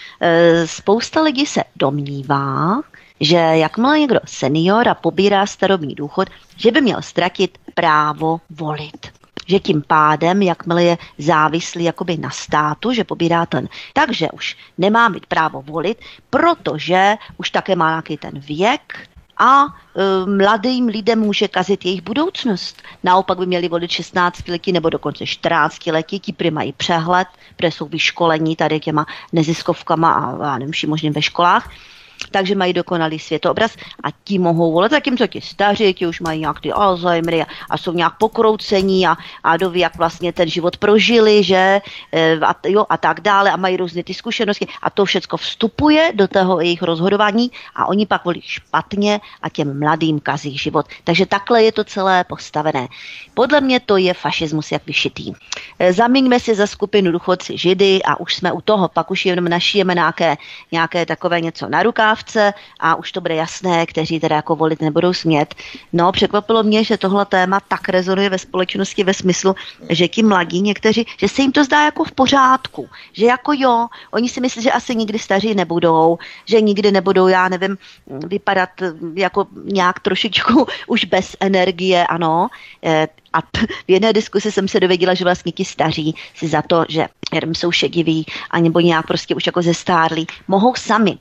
Spousta lidí se domnívá, že jakmile někdo senior a pobírá starobní důchod, že by měl ztratit právo volit. Že tím pádem, jakmile je závislý jakoby na státu, že pobírá takže už nemá mít právo volit, protože už také má nějaký ten věk, a mladým lidem může kazit jejich budoucnost. Naopak by měli volit 16letí nebo dokonce 14letí, ti prý mají přehled, protože jsou vyškolení tady těma neziskovkama a já nevím, vším možným ve školách. takže mají dokonalý světoobraz a ti mohou volit, zatímco ti staří, ti už mají nějak ty Alzheimery a jsou nějak pokroucení a doví, jak vlastně ten život prožili, že a tak dále a mají různé ty zkušenosti a to všecko vstupuje do toho jejich rozhodování a oni pak volí špatně a těm mladým kazí život. Takže takhle je to celé postavené. Podle mě to je fašismus jak vyšitý. Zamiňme si za skupinu důchodci Židy a už jsme u toho, pak už jenom našijeme nějaké takové něco na rukávce a už to bude jasné, kteří teda jako volit nebudou smět. No, překvapilo mě, že tohle téma tak rezonuje ve společnosti ve smyslu, že ti mladí někteří, že se jim to zdá jako v pořádku, že jako jo, oni si myslí, že asi nikdy staří nebudou, že nikdy nebudou, já nevím, vypadat jako nějak trošičku už bez energie, ano. A v jedné diskusi jsem se dověděla, že vlastně ti staří si za to, že jsou šediví, anebo nějak prostě už jako zestárlí, mohou sami.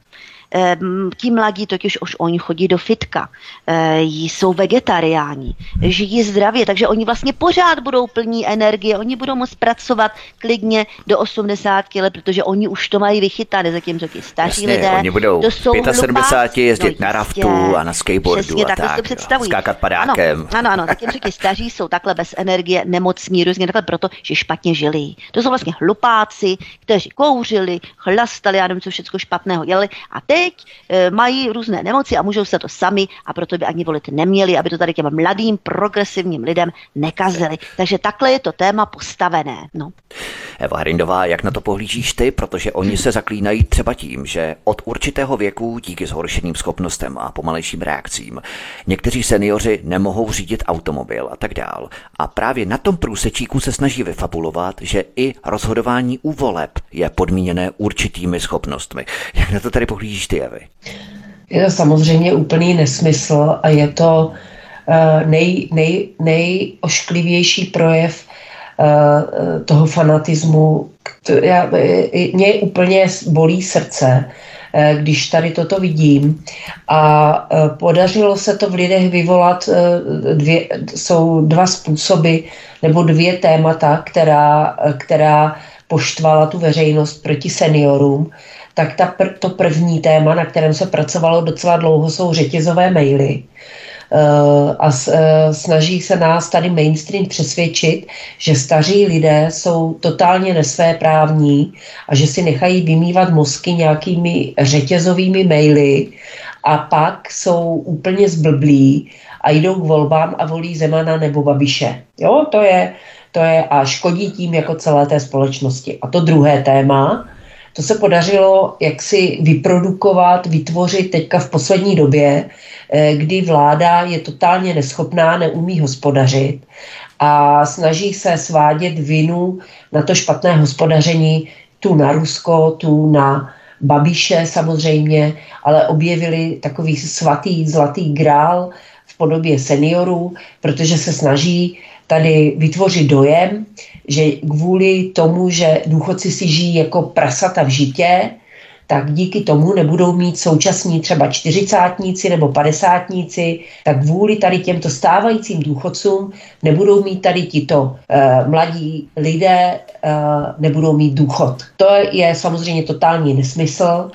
Ti mladí totiž už oni chodí do fitka, jsou vegetariáni, žijí zdravě, takže oni vlastně pořád budou plní energie, oni budou moct pracovat klidně do 80 let, protože oni už to mají vychytané, zatímco ti starší lidé, oni budou to jsou 75 jezdit na raftu a na skateboardu přesně, a tak, to představují. skákat padákem. Ano, zatímco ti staří jsou takhle bez energie, nemocní, různě takhle proto, že špatně žili. To jsou vlastně hlupáci, kteří kouřili, chlastali, já nevím, co všechno špatného dělali a teď mají různé nemoci a můžou se to sami a proto by ani volit neměli, aby to tady těm mladým progresivním lidem nekazili. Takže takhle je to téma postavené. No. Eva Hrindová, jak na to pohlížíš ty, protože oni se zaklínají třeba tím, že od určitého věku díky zhoršeným schopnostem a pomalejším reakcím někteří seniori nemohou řídit automobil a tak dál. A právě na tom průsečíku se snaží vyfabulovat, že i rozhodování u voleb je podmíněné určitými schopnostmi. Jak na to tady pohlížíš ty, Evy? Je to samozřejmě úplný nesmysl a je to nejošklivější projev toho fanatismu. Mě úplně bolí srdce, když tady toto vidím a podařilo se to v lidech vyvolat, jsou dva způsoby nebo dvě témata, která poštvala tu veřejnost proti seniorům. Tak to první téma, na kterém se pracovalo docela dlouho, jsou řetězové maily. A snaží se nás tady mainstream přesvědčit, že staří lidé jsou totálně nesvéprávní a že si nechají vymývat mozky nějakými řetězovými maily a pak jsou úplně zblblí a jdou k volbám a volí Zemana nebo Babiše. Jo, to je a škodí tím jako celé té společnosti. A to druhé téma, to se podařilo jaksi vytvořit teďka v poslední době, kdy vláda je totálně neschopná, neumí hospodařit a snaží se svádět vinu na to špatné hospodaření tu na Rusko, tu na Babiše samozřejmě, ale objevili takový svatý zlatý grál v podobě seniorů, protože se snaží tady vytvořit dojem, že kvůli tomu, že důchodci si žijí jako prasata v žitě, tak díky tomu nebudou mít současní třeba 40 nebo 50, tak kvůli tady těmto stávajícím důchodcům nebudou mít tady tito mladí lidé, nebudou mít důchod. To je samozřejmě totální nesmysl,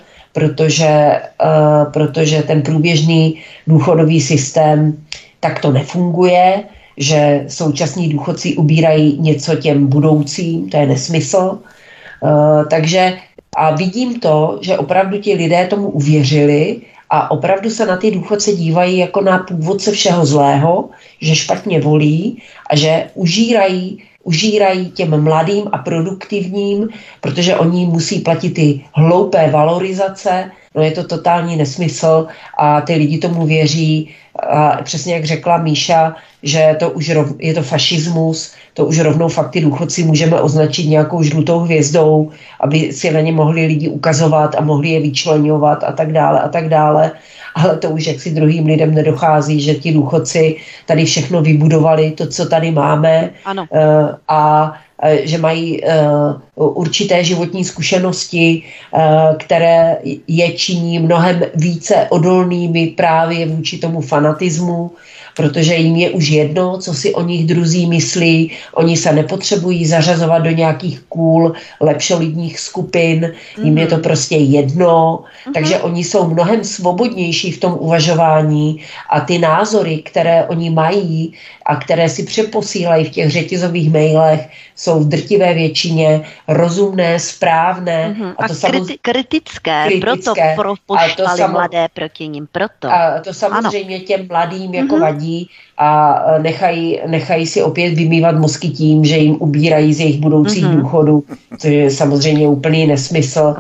protože ten průběžný důchodový systém takto nefunguje, že současní důchodci ubírají něco těm budoucím, to je nesmysl. Takže a vidím to, že opravdu ti lidé tomu uvěřili a opravdu se na ty důchodce dívají jako na původce všeho zlého, že špatně volí a že užírají těm mladým a produktivním, protože oni musí platit ty hloupé valorizace. No je to totální nesmysl a ty lidi tomu věří. A přesně jak řekla Míša, že je to fašismus, to už rovnou fakt ty důchodci můžeme označit nějakou žlutou hvězdou, aby si na ně mohli lidi ukazovat a mohli je vyčleňovat a tak dále a tak dále. Ale to už jaksi druhým lidem nedochází, že ti důchodci tady všechno vybudovali, to, co tady máme, ano. A že mají určité životní zkušenosti, které je činí mnohem více odolnými právě vůči tomu fanatismu, protože jim je už jedno, co si o nich druzí myslí, oni se nepotřebují zařazovat do nějakých lepšolidních skupin, jim je to prostě jedno, takže oni jsou mnohem svobodnější v tom uvažování a ty názory, které oni mají a které si přeposílají v těch řetězových mailech, jsou v drtivé většině rozumné, správné. A to kritické, proto poštvali mladé proti nim. Proto. A to samozřejmě těm mladým jako vadí a nechají si opět vymývat mozky tím, že jim ubírají z jejich budoucích důchodů, což je samozřejmě úplný nesmysl.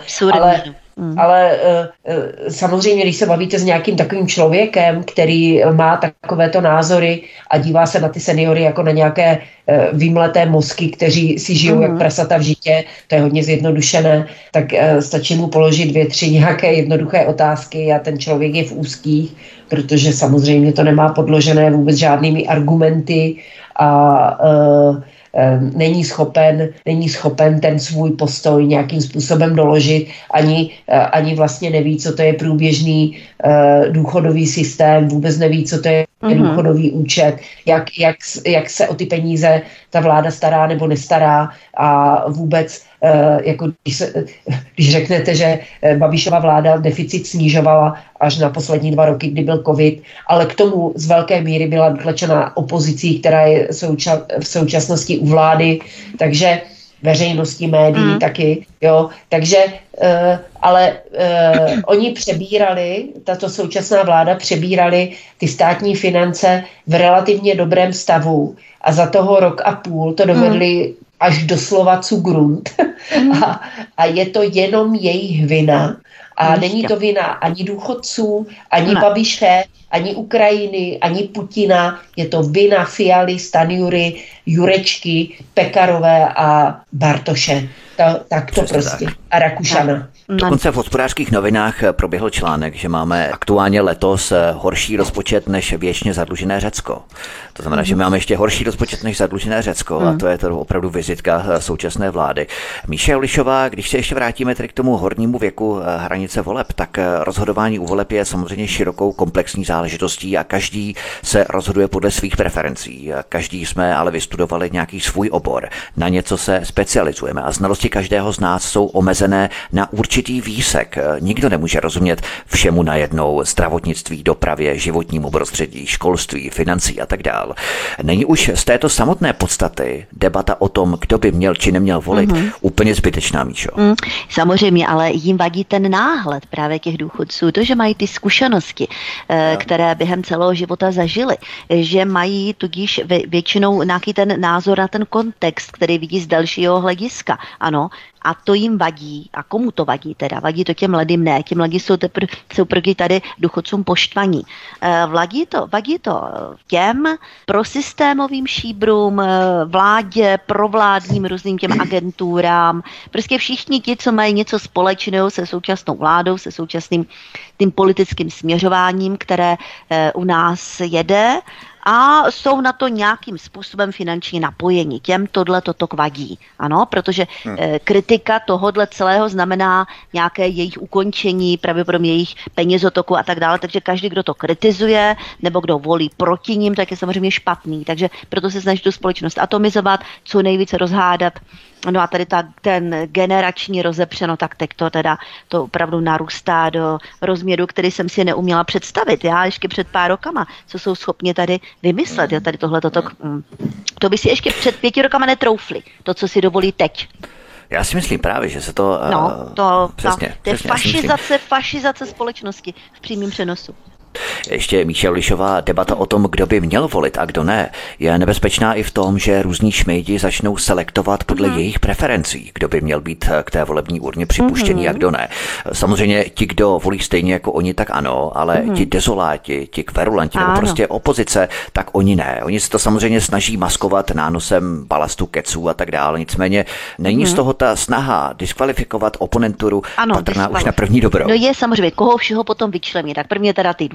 Ale samozřejmě, když se bavíte s nějakým takovým člověkem, který má takovéto názory a dívá se na ty seniory jako na nějaké vymleté mozky, kteří si žijou jak prasata v žitě, to je hodně zjednodušené, tak stačí mu položit 2-3 nějaké jednoduché otázky a ten člověk je v úzkých, protože samozřejmě to nemá podložené vůbec žádnými argumenty a není schopen ten svůj postoj nějakým způsobem doložit, ani vlastně neví, co to je průběžný důchodový systém, vůbec neví, co to je důchodový účet, jak se o ty peníze ta vláda stará nebo nestará a vůbec jako když řeknete, že Babišova vláda deficit snižovala až na poslední 2 roky, kdy byl covid, ale k tomu z velké míry byla dotlačena opozicí, která je v současnosti u vlády, takže veřejnosti, médií taky, jo, takže ale oni tato současná vláda přebírali ty státní finance v relativně dobrém stavu a za toho 1,5 roku to dovedli až doslova zu Grund a je to jenom jejich vina a není to vina ani důchodců, ani Babiše, ani Ukrajiny, ani Putina, je to vina Fialy, Stanjury, Jurečky, Pekarové a Bartoše. Tak to prostě. A Rakušana. Dokonce v Hospodářských novinách proběhl článek, že máme aktuálně letos horší rozpočet než věčně zadlužené Řecko. To znamená, že máme ještě horší rozpočet než zadlužené Řecko a to je to opravdu vizitka současné vlády. Míša Julišová, když se ještě vrátíme tedy k tomu hornímu věku hranice voleb, tak rozhodování u voleb je samozřejmě širokou komplexní záležitostí a každý se rozhoduje podle svých preferencí. Každý jsme ale vystudovali nějaký svůj obor. Na něco se specializujeme a znalosti každého z nás jsou omezené na určitý výsek. Nikdo nemůže rozumět všemu najednou: zdravotnictví, dopravě, životnímu prostředí, školství, financí a tak dál. Není už z této samotné podstaty debata o tom, kdo by měl či neměl volit, úplně zbytečná, Míšo? Samozřejmě, ale jim vadí ten náhled právě těch důchodců, to, že mají ty zkušenosti, které během celého života zažili, že mají tudíž většinou nějaký ten názor na ten kontext, který vidí z dalšího hlediska. Ano, a to jim vadí. A komu to vadí teda? Vadí to těm mladým? Ne. Těm mladí jsou proti tady důchodcům poštvaní. Vadí to těm prosystémovým šíbrům, vládě, provládním různým těm agenturám. Prostě všichni ti, co mají něco společného se současnou vládou, se současným tím politickým směřováním, které u nás jede, a jsou na to nějakým způsobem finančně napojeni. Těm tohle toto vadí. Ano, protože kritika tohodle celého znamená nějaké jejich ukončení, pravděpodobně jejich penězotoku a tak dále. Takže každý, kdo to kritizuje nebo kdo volí proti ním, tak je samozřejmě špatný. Takže proto se snaží tu společnost atomizovat, co nejvíce rozhádat. No a tady ten generační rozepřeno, tak teď to opravdu narůstá do rozměru, který jsem si neuměla představit. Já ještě před pár rokama, co jsou schopni tady vymyslet. Tady to by si ještě před 5 rokama netroufli. To, co si dovolí teď. Já si myslím právě, že se to... přesně, to je fašizace společnosti v přímém přenosu. Ještě Míša Julišová, debata o tom, kdo by měl volit a kdo ne, je nebezpečná i v tom, že různí šmejdi začnou selektovat podle jejich preferencí, kdo by měl být k té volební urně připuštěný a kdo ne. Samozřejmě ti, kdo volí stejně jako oni, tak ano, ale ti dezoláti, ti kverulanti, nebo prostě opozice, tak oni ne. Oni se to samozřejmě snaží maskovat nánosem balastu, keců a tak dále. Nicméně není z toho ta snaha diskvalifikovat oponenturu patrná už na první dobrou. No je samozřejmě, koho všeho potom vyčlení. Tak první je teda ty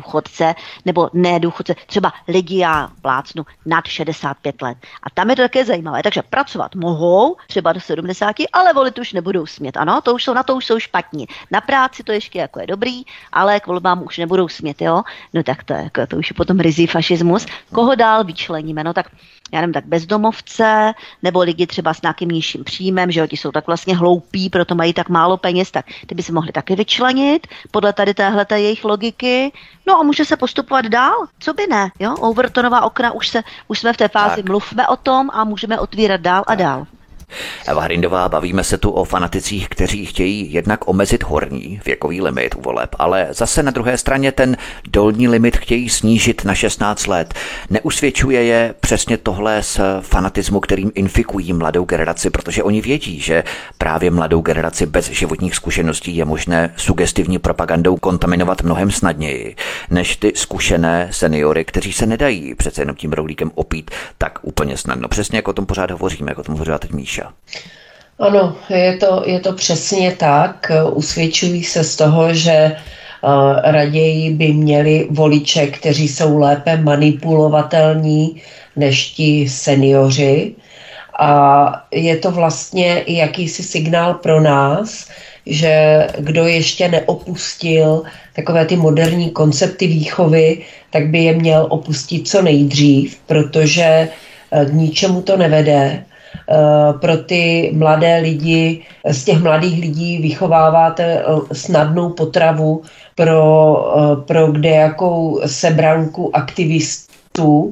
důchodce, nebo ne důchodce, třeba lidi, já plácnu, nad 65 let. A tam je to také zajímavé. Takže pracovat mohou, třeba do 70, ale volit už nebudou smět. Ano, na to už jsou špatní. Na práci to ještě jako je dobrý, ale k volbám už nebudou smět, jo. No tak to už je potom rizí fašismus. Koho dál vyčleníme? No tak já nevím, tak bezdomovce, nebo lidi třeba s nějakým nižším příjmem, že jo, ti jsou tak vlastně hloupí, proto mají tak málo peněz, tak ty by se mohli taky vyčlenit podle tady téhleté jejich logiky. No a může se postupovat dál, co by ne, jo, Overtonová okna, už jsme v té fázi, tak. Mluvme o tom a můžeme otvírat dál a dál. Eva Hrindová, bavíme se tu o fanaticích, kteří chtějí jednak omezit horní věkový limit u voleb, ale zase na druhé straně ten dolní limit chtějí snížit na 16 let. Neusvědčuje je přesně tohle z fanatismu, kterým infikují mladou generaci, protože oni vědí, že právě mladou generaci bez životních zkušeností je možné sugestivní propagandou kontaminovat mnohem snadněji, než ty zkušené seniory, kteří se nedají přece jenom tím rohlíkem opít tak úplně snadno. Přesně jako o tom pořád hovoříme, jako o tom hovořila teď Míša. Ano, je to přesně tak. Usvědčují se z toho, že raději by měli voliče, kteří jsou lépe manipulovatelní než ti seniori. A je to vlastně jakýsi signál pro nás, že kdo ještě neopustil takové ty moderní koncepty výchovy, tak by je měl opustit co nejdřív, protože k ničemu to nevede. Pro ty mladé lidi, z těch mladých lidí vychováváte snadnou potravu pro kdejakou sebranku aktivistů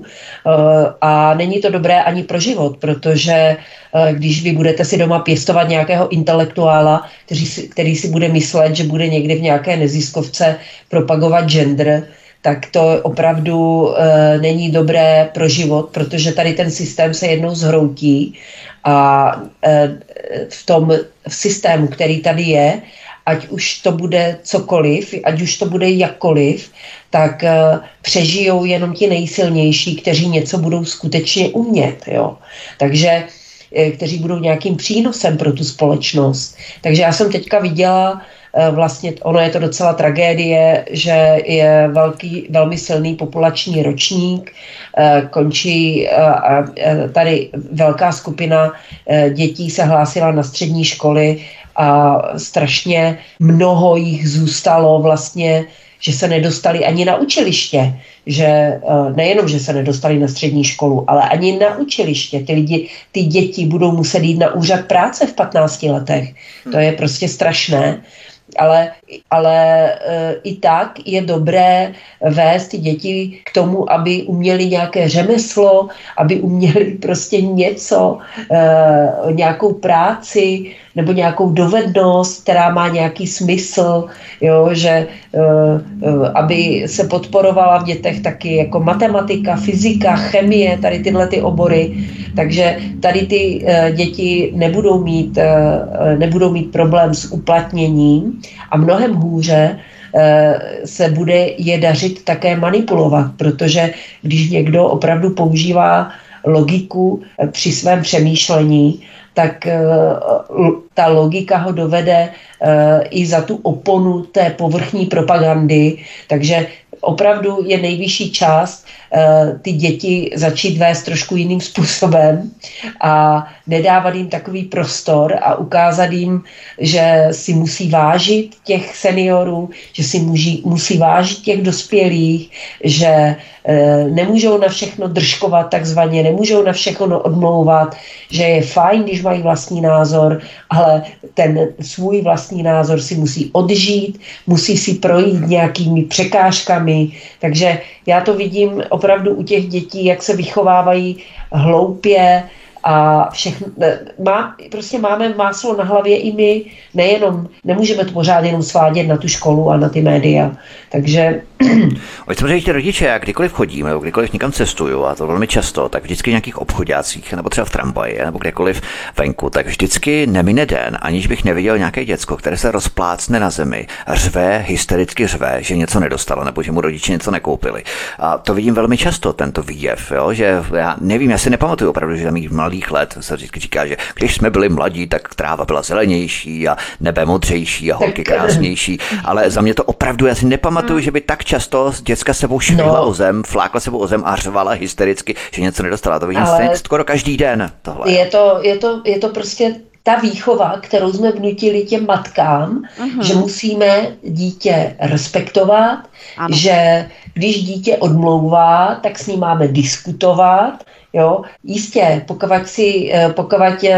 a není to dobré ani pro život, protože když vy budete si doma pěstovat nějakého intelektuála, který si bude myslet, že bude někde v nějaké neziskovce propagovat gender, tak to opravdu není dobré pro život, protože tady ten systém se jednou zhroutí a v systému, který tady je, ať už to bude cokoliv, ať už to bude jakkoliv, tak přežijou jenom ti nejsilnější, kteří něco budou skutečně umět. Jo. Takže kteří budou nějakým přínosem pro tu společnost. Takže já jsem teďka viděla, vlastně ono je to docela tragédie, že je velmi silný populační ročník, končí tady velká skupina dětí se hlásila na střední školy a strašně mnoho jich zůstalo vlastně, že se nedostali ani na učiliště, že nejenom, že se nedostali na střední školu, ale ani na učiliště. Ty děti budou muset jít na úřad práce v 15 letech. To je prostě strašné. Ale i tak je dobré vést ty děti k tomu, aby uměli nějaké řemeslo, aby uměli prostě něco, nějakou práci nebo nějakou dovednost, která má nějaký smysl, jo, že aby se podporovala v dětech taky jako matematika, fyzika, chemie, tady tyhle ty obory. Takže tady ty děti nebudou mít problém s uplatněním a mnohem hůře se bude je dařit také manipulovat, protože když někdo opravdu používá logiku při svém přemýšlení, tak ta logika ho dovede i za tu oponu té povrchní propagandy, takže opravdu je nejvyšší čas ty děti začít vést trošku jiným způsobem a nedávat jim takový prostor a ukázat jim, že si musí vážit těch seniorů, že si musí vážit těch dospělých, že nemůžou na všechno držkovat takzvaně, nemůžou na všechno odmlouvat, že je fajn, když mají vlastní názor, ale ten svůj vlastní názor si musí odžít, musí si projít nějakými překážkami, takže já to vidím opravdu u těch dětí, jak se vychovávají hloupě a všechno, prostě máme máslo na hlavě i my, nemůžeme to pořád jenom svádět na tu školu a na ty média, takže... Samozřejmě ti rodiče, já kdykoliv chodím, nebo kdykoliv někam cestuju, a to velmi často, tak vždycky v nějakých obchodácích, nebo třeba v tramvaji, nebo kdekoliv venku, tak vždycky nemine den, aniž bych neviděl nějaké děcko, které se rozplácne na zemi, řve, hystericky řve, že něco nedostalo, nebo že mu rodiče něco nekoupili. A to vidím velmi často, tento výjev, jo? Že já nevím, já si nepamatuju opravdu, že tam mladý malých let. Se vždycky říká, že když jsme byli mladí, tak tráva byla zelenější a nebe modřejší a holky krásnější. Ale za mě to opravdu, já si nepamatuju, že by tak často děcka sebou švihla o zem, flákla sebou o zem a řvala hystericky, že něco nedostala. To vidím skoro každý den. Tohle. Je to prostě ta výchova, kterou jsme vnutili těm matkám, že musíme dítě respektovat, že když dítě odmlouvá, tak s ním máme diskutovat. Jo? Jistě, pokud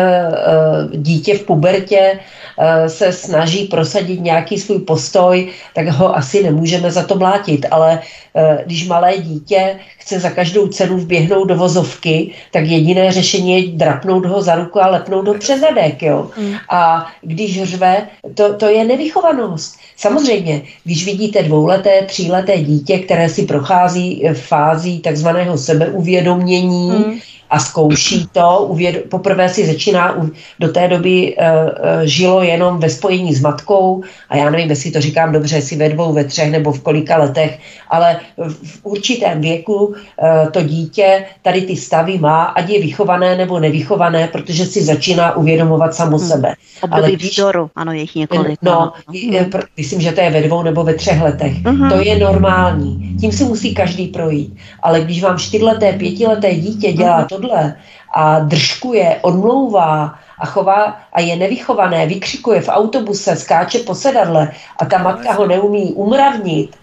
dítě v pubertě se snaží prosadit nějaký svůj postoj, tak ho asi nemůžeme za to mlátit, ale když malé dítě chce za každou cenu vběhnout do vozovky, tak jediné řešení je drapnout ho za ruku a lepnout ho přes zadek. Jo? A když řve, to je nevychovanost. Samozřejmě, když vidíte 2leté, 3leté dítě, které si prochází fází takzvaného sebeuvědomění, a zkouší to, poprvé si začíná, do té doby žilo jenom ve spojení s matkou a já nevím, jestli to říkám dobře, jestli ve 2, ve 3 nebo v kolika letech, ale v určitém věku to dítě tady ty stavy má, ať je vychované nebo nevychované, protože si začíná uvědomovat samo sebe. Období vzoru, ano, je jich několik. Myslím, že to je ve 2 nebo ve 3 letech. To je normální. Tím si musí každý projít. Ale když vám 4leté, 5leté dítě dělá tohle a držkuje, odmlouvá a chová a je nevychované, vykřikuje v autobuse, skáče po sedadle a ta matka ho neumí umravnit,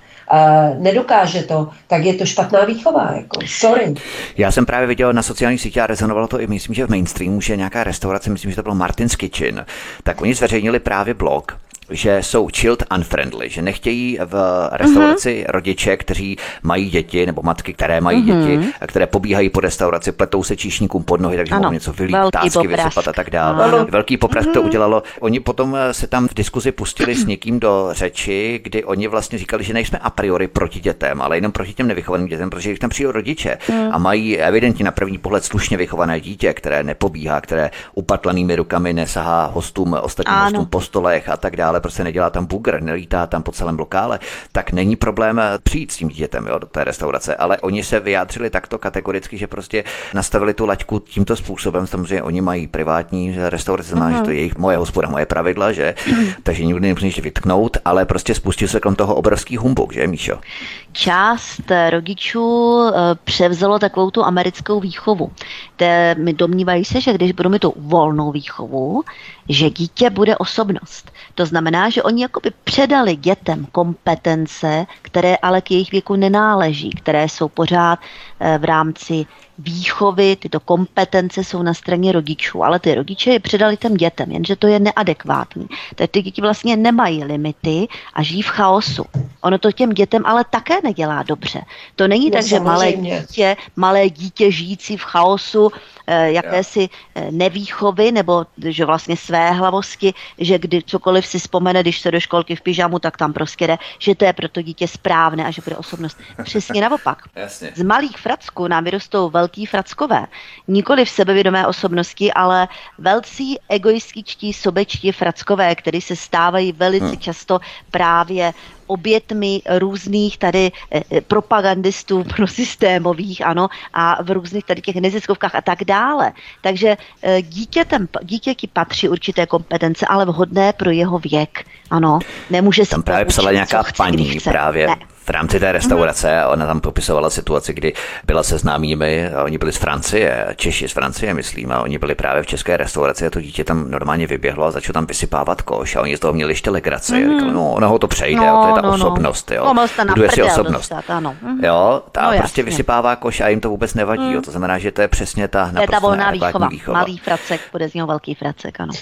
nedokáže to, tak je to špatná výchova, jako, sorry. Já jsem právě viděl na sociálních sítích a rezonovalo to i, myslím, že v mainstreamu, že nějaká restaurace, myslím, že to bylo Martin's Kitchen, tak oni zveřejnili právě blog, že jsou child unfriendly, že nechtějí v restauraci rodiče, kteří mají děti, nebo matky, které mají děti, které pobíhají po restauraci, pletou se číšníkům pod nohy, takže mohou něco vylít, tásky vysypat a tak dále. Velký popras to udělalo. Oni potom se tam v diskuzi pustili s někým do řeči, kdy oni vlastně říkali, že nejsme a priori proti dětem, ale jenom proti těm nevychovaným dětem, protože když tam přijdou rodiče a mají evidentně na první pohled slušně vychované dítě, které nepobíhá, které upatlanými rukami nesahá hostům, ostatním hostům po stolech a tak dále, prostě nedělá tam bugr, nelítá tam po celém lokále, tak není problém přijít s tím dítětem, jo, do té restaurace, ale oni se vyjádřili takto kategoricky, že prostě nastavili tu laťku tímto způsobem, samozřejmě oni mají privátní restaurace, znamená, že to je jejich, moje hospoda, moje pravidla, že, takže nikdy nemůžeš vytknout, ale prostě spustil se kolem toho obrovský humbuk, že, Míšo? Část rodičů převzalo takovou tu americkou výchovu. Domnívají se, že když budou mít tu volnou výchovu, že dítě bude osobnost. To znamená, že oni jakoby předali dětem kompetence, které ale k jejich věku nenáleží, které jsou pořád v rámci výchovy, tyto kompetence jsou na straně rodičů, ale ty rodiče je předali těm dětem, jenže to je neadekvátní. Tak ty děti vlastně nemají limity a žijí v chaosu. Ono to těm dětem ale také nedělá dobře. To není tak, že malé dítě žijící v chaosu, jakési nevýchovy, nebo že vlastně své hlavosti, že kdy cokoliv si vzpomene, když se do školky v pyžamu, tak tam prostě jde, že to je pro to dítě správné a že bude osobnost. Přesně naopak. Jasně. Z malých fracků nám vyrostou velký frackové. Nikoli v sebevědomé osobnosti, ale velcí egoističtí, sobečtí frackové, kteří se stávají velice často právě obětmi různých tady propagandistů prosystémových, ano, a v různých tady těch neziskovkách a tak dále. Takže dítěti patří určité kompetence, ale vhodné pro jeho věk, ano. Nemůže tam právě psala nějaká paní právě. Ne. V rámci té restaurace a ona tam popisovala situaci, kdy byla se známými, a oni byli z Francie, Češi z Francie, myslím, a oni byli právě v české restauraci a to dítě tam normálně vyběhlo a začalo tam vysypávat koš a oni z toho měli ještě legraci. A říkali, ono ho to přejde, to je ta osobnost, jo. Buduje si osobnost. Jo, prostě vysypává koš a jim to vůbec nevadí, jo. To znamená, že to je přesně ta naprosto volná výchova. Malý fracek, bude z něho velký fracek, ano.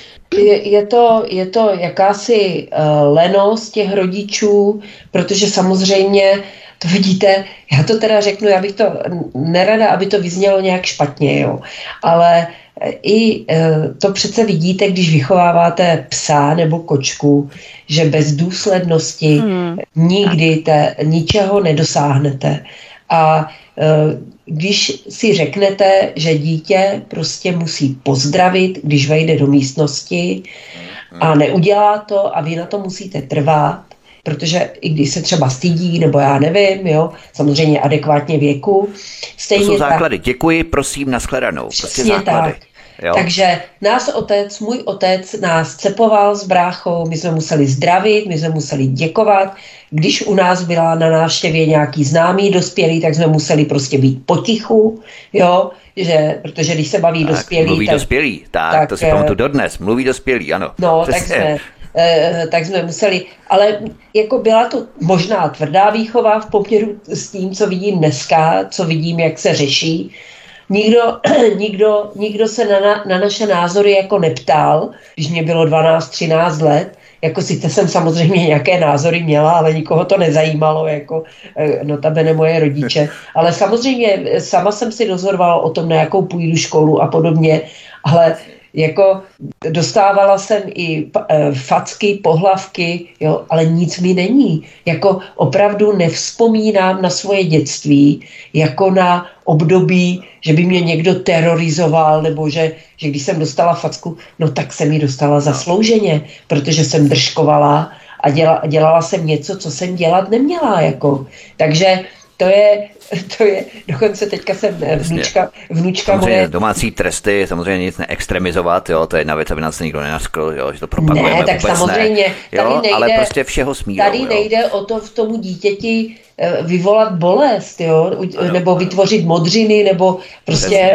Je to jakási lenost těch rodičů, protože samozřejmě to vidíte, já to teda řeknu, já bych to nerada, aby to vyznělo nějak špatně, jo, ale i to přece vidíte, když vychováváte psa nebo kočku, že bez důslednosti nikdy ničeho nedosáhnete. A když si řeknete, že dítě prostě musí pozdravit, když vejde do místnosti a neudělá to a vy na to musíte trvat, protože i když se třeba stydí, nebo já nevím, jo, samozřejmě adekvátně věku. Stejně to jsou základy. Děkuji, prosím, nashledanou. Prostě základy. Tak. Jo. Takže můj otec nás cepoval s bráchou, my jsme museli zdravit, my jsme museli děkovat. Když u nás byla na návštěvě nějaký známý dospělý, tak jsme museli prostě být potichu, jo, protože když se baví tak, dospělí... Mluví dospělí, tak to si pamatuju dodnes, mluví dospělí, ano. No, tak jsme museli, ale jako byla to možná tvrdá výchova v poměru s tím, co vidím dneska, co vidím, jak se řeší. Nikdo se na naše názory jako neptal, když mě bylo 12-13 let. Jako sice jsem samozřejmě nějaké názory měla, ale nikoho to nezajímalo, jako notabene moje rodiče. Ale samozřejmě sama jsem si rozhodovala o tom, na jakou půjdu školu a podobně, ale jako dostávala jsem i facky, pohlavky, jo, ale nic mi není. Jako opravdu nevzpomínám na svoje dětství, jako na období, že by mě někdo terorizoval, nebo že když jsem dostala facku, no tak jsem ji dostala zaslouženě, protože jsem držkovala a dělala jsem něco, co jsem dělat neměla. Jako. Takže to je, dokonce teďka jsem vnučka moje... Domácí tresty, samozřejmě nic neextremizovat, jo, to je jedna věc, aby nás nikdo nenaskl, jo, že to propagujeme. Ne, tak samozřejmě, jo, ale prostě všeho s mírou. Tady nejde o to v tomu dítěti vyvolat bolest, jo, nebo vytvořit modřiny, nebo prostě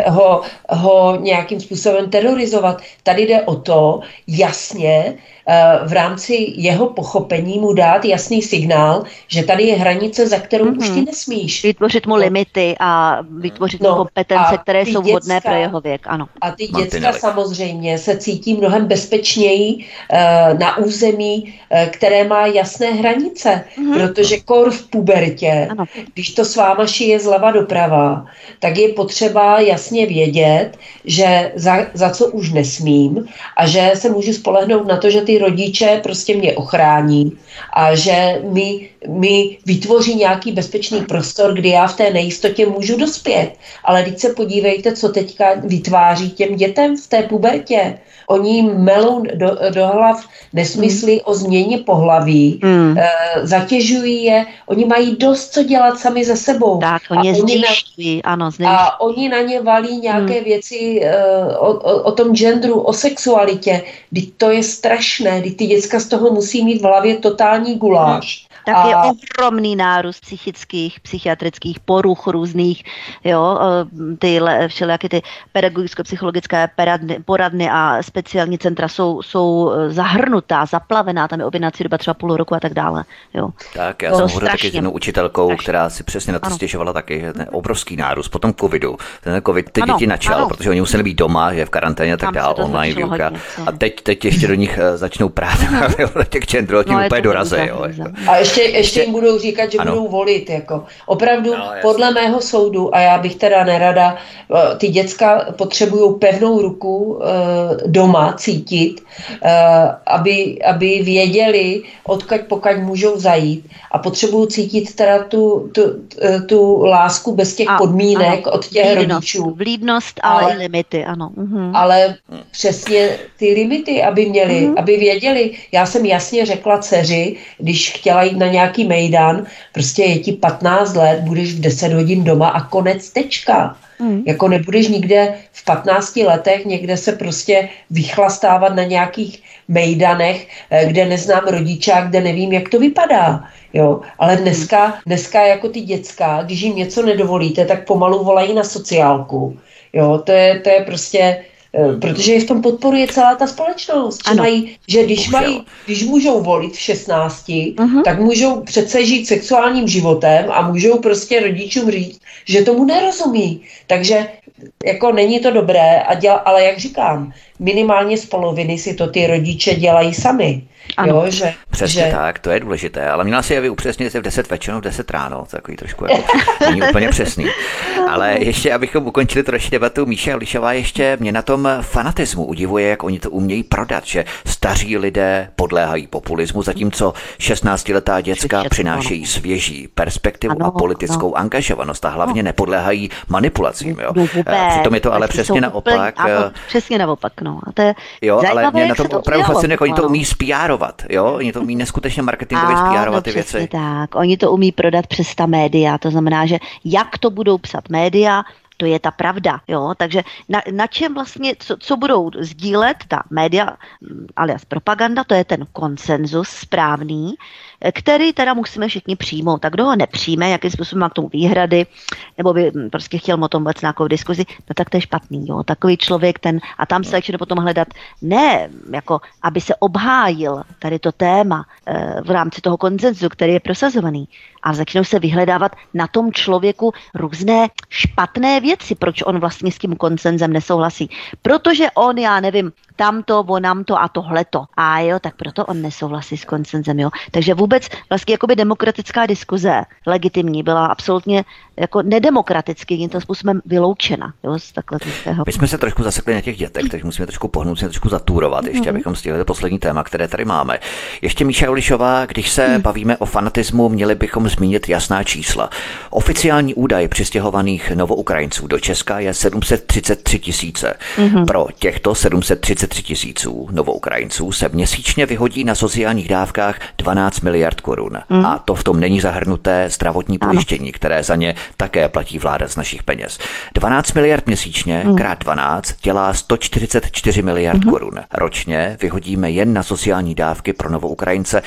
ho nějakým způsobem terorizovat. Tady jde o to jasně v rámci jeho pochopení mu dát jasný signál, že tady je hranice, za kterou už ty nesmíš. Vytvořit mu limity a vytvořit mu kompetence, které jsou vhodné pro jeho věk. Ano. A ty děcka samozřejmě se cítí mnohem bezpečněji na území, které má jasné hranice, protože kor v pubertě, když to s váma šije zleva doprava, tak je potřeba jasně vědět, že za co už nesmím a že se můžu spolehnout na to, že ty rodiče prostě mě ochrání a že mi vytvoří nějaký bezpečný prostor, kdy já v té nejistotě můžu dospět. Ale teď se podívejte, co teďka vytváří těm dětem v té pubertě. Oni jim melou do hlav nesmysly o změně pohlaví, zatěžují je, oni mají dost co dělat sami ze sebou. Tak, oni znejišťují, ano, a oni na ně valí nějaké věci o tom genderu, o sexualitě. Vždyť to je strašné, vždyť ty děcka z toho musí mít v hlavě totální guláš. Tak je ohromný nárůst psychických, psychiatrických poruch různých, jo, všelijaké ty pedagogicko-psychologické poradny a speciální centra jsou zahrnutá, zaplavená, tam je objednací doba třeba půl roku a tak dále, jo. Tak, já jsem hovořil taky s jednou učitelkou, která si přesně na to stěžovala taky, že ten obrovský nárůst po tom covidu. Ten covid ty děti načal, protože oni museli být doma, že v karanténě a tak dál, online výuka. A teď ještě do nich začnou prát těch genderových úplně doraze, jo. A ještě jim budou říkat, že budou volit. Jako. Opravdu, podle mého soudu, a já bych teda nerada, ty děcka potřebují pevnou ruku doma cítit, aby věděli, odkud pokud můžou zajít. A potřebují cítit teda tu lásku bez těch podmínek od těch rodičů. Vlídnost, ale i limity, ano. Ale přesně ty limity, aby měli, aby věděli. Já jsem jasně řekla dceři, když chtěla jít na nějaký mejdan, prostě je ti 15 let, budeš v 10 hodin doma a konec, tečka. Jako nebudeš nikde v 15 letech někde se prostě vychlastávat na nějakých mejdanech, kde neznám rodičák, kde nevím, jak to vypadá. Jo? Ale dneska jako ty děcka, když jim něco nedovolíte, tak pomalu volají na sociálku. Jo? To je prostě... Protože je v tom podporuje celá ta společnost. Že když můžou volit v 16, tak můžou přece žít sexuálním životem a můžou prostě rodičům říct, že tomu nerozumí. Takže jako není to dobré, ale jak říkám, minimálně z poloviny si to ty rodiče dělají sami. Jo, přesně tak, to je důležité, ale měla si je upřesnit v 10 večer, v 10 ráno, takový trošku jako, není úplně přesný. Ale ještě, abychom ukončili trošku debatu, Míša Lišová ještě mě na tom fanatismu udivuje, jak oni to umějí prodat, že staří lidé podléhají populismu, zatímco 16letá děcka přinášejí svěží perspektivu a politickou angažovanost a hlavně nepodléhají manipulacím. Jo. Přitom je to ale přesně naopak. Přesně naopak, no. A to je ale mě na tom opravdu fascinuje, jak oni to umí spírovat. Jo, oni to umí neskutečně marketingově spírovat ty věci. Tak, oni to umí prodat přes ta média, to znamená, že jak to budou psat média, To je ta pravda, jo, takže na čem vlastně, co budou sdílet ta média, alias propaganda, to je ten konsenzus správný, který teda musíme všichni přijmout. Tak kdo ho nepřijme, jakým způsobem má k tomu výhrady, nebo by prostě chtěl o tom vůbec nějakou diskuzi, no tak to je špatný, jo. Takový člověk a tam se začne potom hledat ne jako, aby se obhájil tady to téma v rámci toho konsenzu, který je prosazovaný, ale začnou se vyhledávat na tom člověku různé špatné věci, proč on vlastně s tím konsenzem nesouhlasí. Protože on, já nevím, tamto, onamto a tohleto. A jo, tak proto on nesouhlasí s konsenzem, jo. Takže vůbec vlastně jakoby demokratická diskuze legitimní byla absolutně jako nedemokraticky tímto způsobem vyloučena, jo, z takhle toho. My jsme se trošku zasekli na těch dětech, takže musíme trošku pohnout, trošku zatůrovat ještě, abychom stihli to poslední téma, které tady máme. Ještě Míša Julišová, když se bavíme o fanatismu, měli bychom zmínit jasná čísla. Oficiální údaj přistěhovaných Novoukrajinců do Česka je 733 000. Pro těchto 733 000 Novoukrajinců se měsíčně vyhodí na sociálních dávkách 12 miliard korun. A to v tom není zahrnuté zdravotní pojištění, které za ně také platí vláda z našich peněz. 12 miliard měsíčně krát 12 dělá 144 miliard korun. Ročně vyhodíme jen na sociální dávky pro Novoukrajince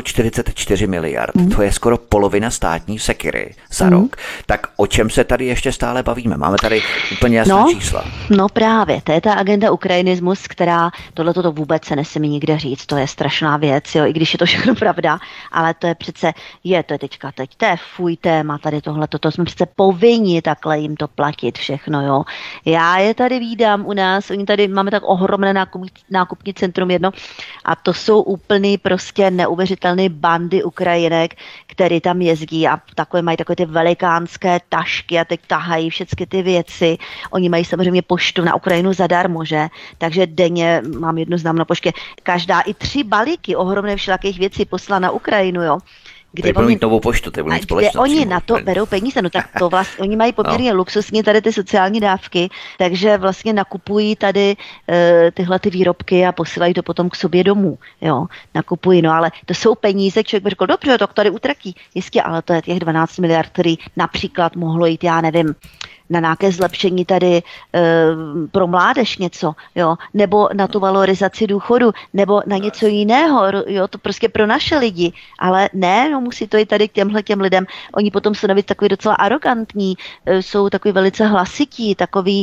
144 miliard. To je skoro polovina státní sekyry za rok. Tak o čem se tady ještě stále bavíme? Máme tady úplně jasná čísla. No právě, to je ta agenda ukrajinismus, která tohleto to vůbec se nesmí nikde říct. To je strašná věc, jo, i když je to všechno pravda, ale to je přece, to je teďka teď, to je fuj téma tady tohleto, to jsme přece povinni takhle jim to platit všechno, jo. Já je tady vídám u nás, oni tady máme tak ohromné nákupní centrum jedno a to jsou úplný prostě neuvěřitelné bandy Ukrajinek, který tam jezdí a takové mají takové ty velikánské tašky a teď tahají všechny ty věci. Oni mají samozřejmě poštu na Ukrajinu zadarmo, že? Takže denně mám jednu známou poště. Každá i 3 balíky ohromné všelakých věcí poslala na Ukrajinu, jo. Kde budou mít novou poštu, to budou mít společnost. Kde oni na to berou peníze, no tak to vlastně, oni mají poměrně luxusní tady ty sociální dávky, takže vlastně nakupují tady tyhle ty výrobky a posílají to potom k sobě domů, jo, nakupují, no ale to jsou peníze, člověk by řekl, dobře, to tady utratí, jistě, ale to je těch 12 miliard, který například mohlo jít, já nevím, na nějaké zlepšení tady pro mládež něco, jo, nebo na tu valorizaci důchodu, nebo na něco jiného, jo, to prostě pro naše lidi, ale ne, no musí to jít tady k těm lidem, oni potom jsou navíc takový docela arrogantní, jsou takový velice hlasití, takový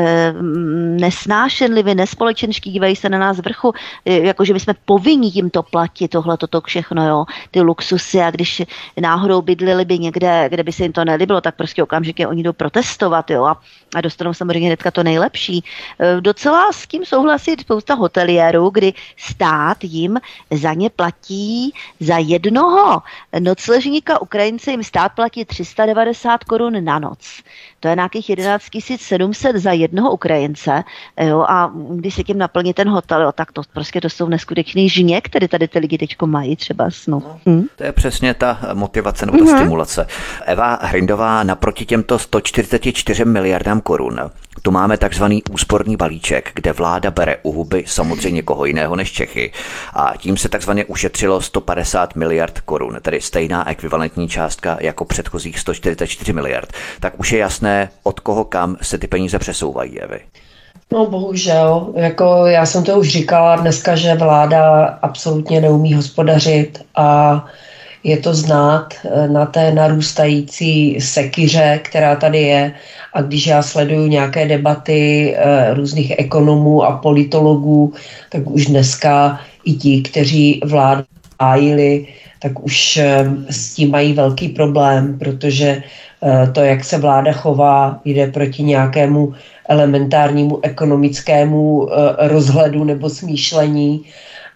nesnášenliví, nespolečenští, dívají se na nás z vrchu, jakože my jsme povinni jim to platit, tohle, toto všechno, jo, ty luxusy a když náhodou bydlili by někde, kde by se jim to nelíbilo, tak prostě okamžitě oni jdou protestovat, jo, a dostanou samozřejmě hnedka to nejlepší. Docela s tím souhlasí spousta hoteliérů, kdy stát jim za ně platí za jednoho nocležníka Ukrajince jim stát platí 390 korun na noc. To je nějakých 11 700 za jednoho Ukrajince, jo, a když se tím naplní ten hotel, jo, tak to prostě to jsou neskutečný žně, které tady ty lidi teďko mají třeba. To je přesně ta motivace nebo ta stimulace. Eva Hrindová, naproti těmto 144 miliardám korun, tu máme takzvaný úsporný balíček, kde vláda bere u huby samozřejmě koho jiného než Čechy a tím se takzvaně ušetřilo 150 miliard korun, tedy stejná ekvivalentní částka jako předchozích 144 miliard. Tak už je jasné, od koho kam se ty peníze přesouvají, Evy. No bohužel, jako já jsem to už říkala dneska, že vláda absolutně neumí hospodařit a je to znát na té narůstající sekyře, která tady je. A když já sleduju nějaké debaty různých ekonomů a politologů, tak už dneska i ti, kteří vládu hájili, tak už s tím mají velký problém, protože to, jak se vláda chová, jde proti nějakému elementárnímu ekonomickému rozhledu nebo smýšlení.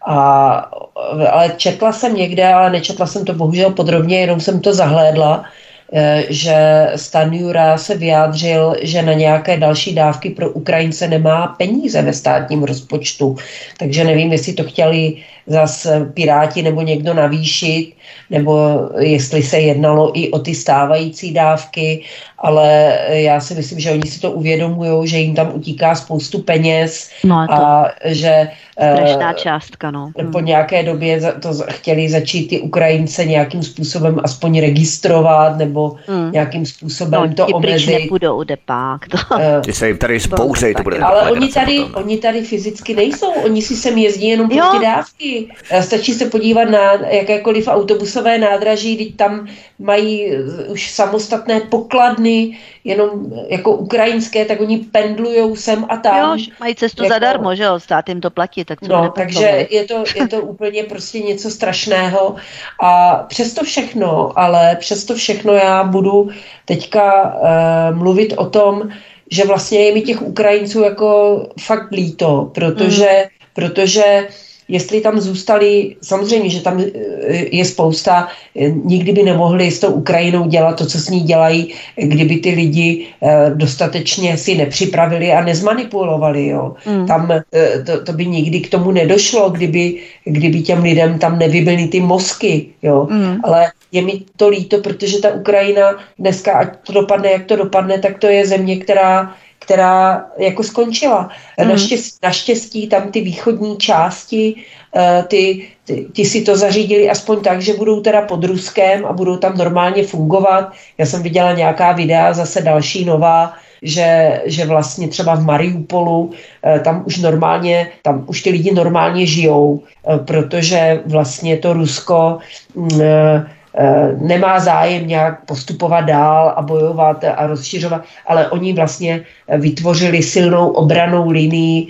Ale četla jsem někde, ale nečetla jsem to bohužel podrobně, jenom jsem to zahlédla, že Stanjura se vyjádřil, že na nějaké další dávky pro Ukrajince nemá peníze ve státním rozpočtu. Takže nevím, jestli to chtěli zas Piráti nebo někdo navýšit, nebo jestli se jednalo i o ty stávající dávky, ale já si myslím, že oni si to uvědomují, že jim tam utíká spoustu peněz a že strašná částka, no. Po nějaké době to chtěli začít ty Ukrajince nějakým způsobem aspoň registrovat nebo nějakým způsobem to omezit. No, nepůjdou depák. Ty se jim tady zbouřej, to bude. Ale oni tady fyzicky nejsou, oni si sem jezdí jenom pro ty dávky. Stačí se podívat na jakékoliv autobusové nádraží, když tam mají už samostatné pokladny, jenom jako ukrajinské, tak oni pendlujou sem a tam. Jo, mají cestu zadarmo, že jo, stát jim to platí. Tak takže je to úplně prostě něco strašného a přesto všechno já budu teďka mluvit o tom, že vlastně je mi těch Ukrajinců jako fakt líto, protože jestli tam zůstali, samozřejmě, že tam je spousta, nikdy by nemohli s tou Ukrajinou dělat to, co s ní dělají, kdyby ty lidi dostatečně si nepřipravili a nezmanipulovali. Jo. Tam to by nikdy k tomu nedošlo, kdyby těm lidem tam nevybily ty mozky. Jo. Ale je mi to líto, protože ta Ukrajina dneska, ať to dopadne, jak to dopadne, tak to je země, která jako skončila. Naštěstí tam ty východní části, ty si to zařídili aspoň tak, že budou teda pod Ruskem a budou tam normálně fungovat. Já jsem viděla nějaká videa, zase další nová, že vlastně třeba v Mariupolu tam už ty lidi normálně žijou, protože vlastně to Rusko nemá zájem nějak postupovat dál a bojovat a rozšiřovat, ale oni vlastně vytvořili silnou obrannou linii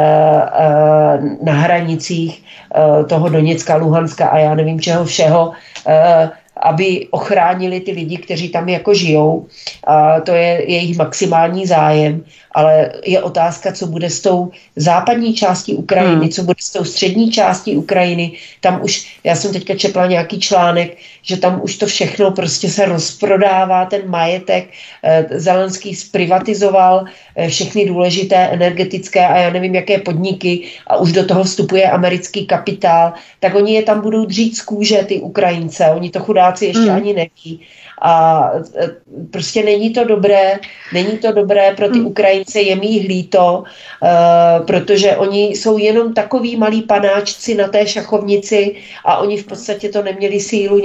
na hranicích toho Doněcka, Luhanska a já nevím čeho všeho, aby ochránili ty lidi, kteří tam jako žijou. A to je jejich maximální zájem, ale je otázka, co bude s tou západní částí Ukrajiny, co bude s tou střední částí Ukrajiny. Tam už, já jsem teďka četla nějaký článek, že tam už to všechno prostě se rozprodává, ten majetek. Zelenský zprivatizoval všechny důležité energetické a já nevím, jaké podniky a už do toho vstupuje americký kapitál, tak oni je tam budou dřít z kůže, ty Ukrajince. Oni to chudáci ještě ani neví. A prostě není to dobré pro ty Ukrajince, je mi jich líto, protože oni jsou jenom takový malí panáčci na té šachovnici a oni v podstatě to neměli sílu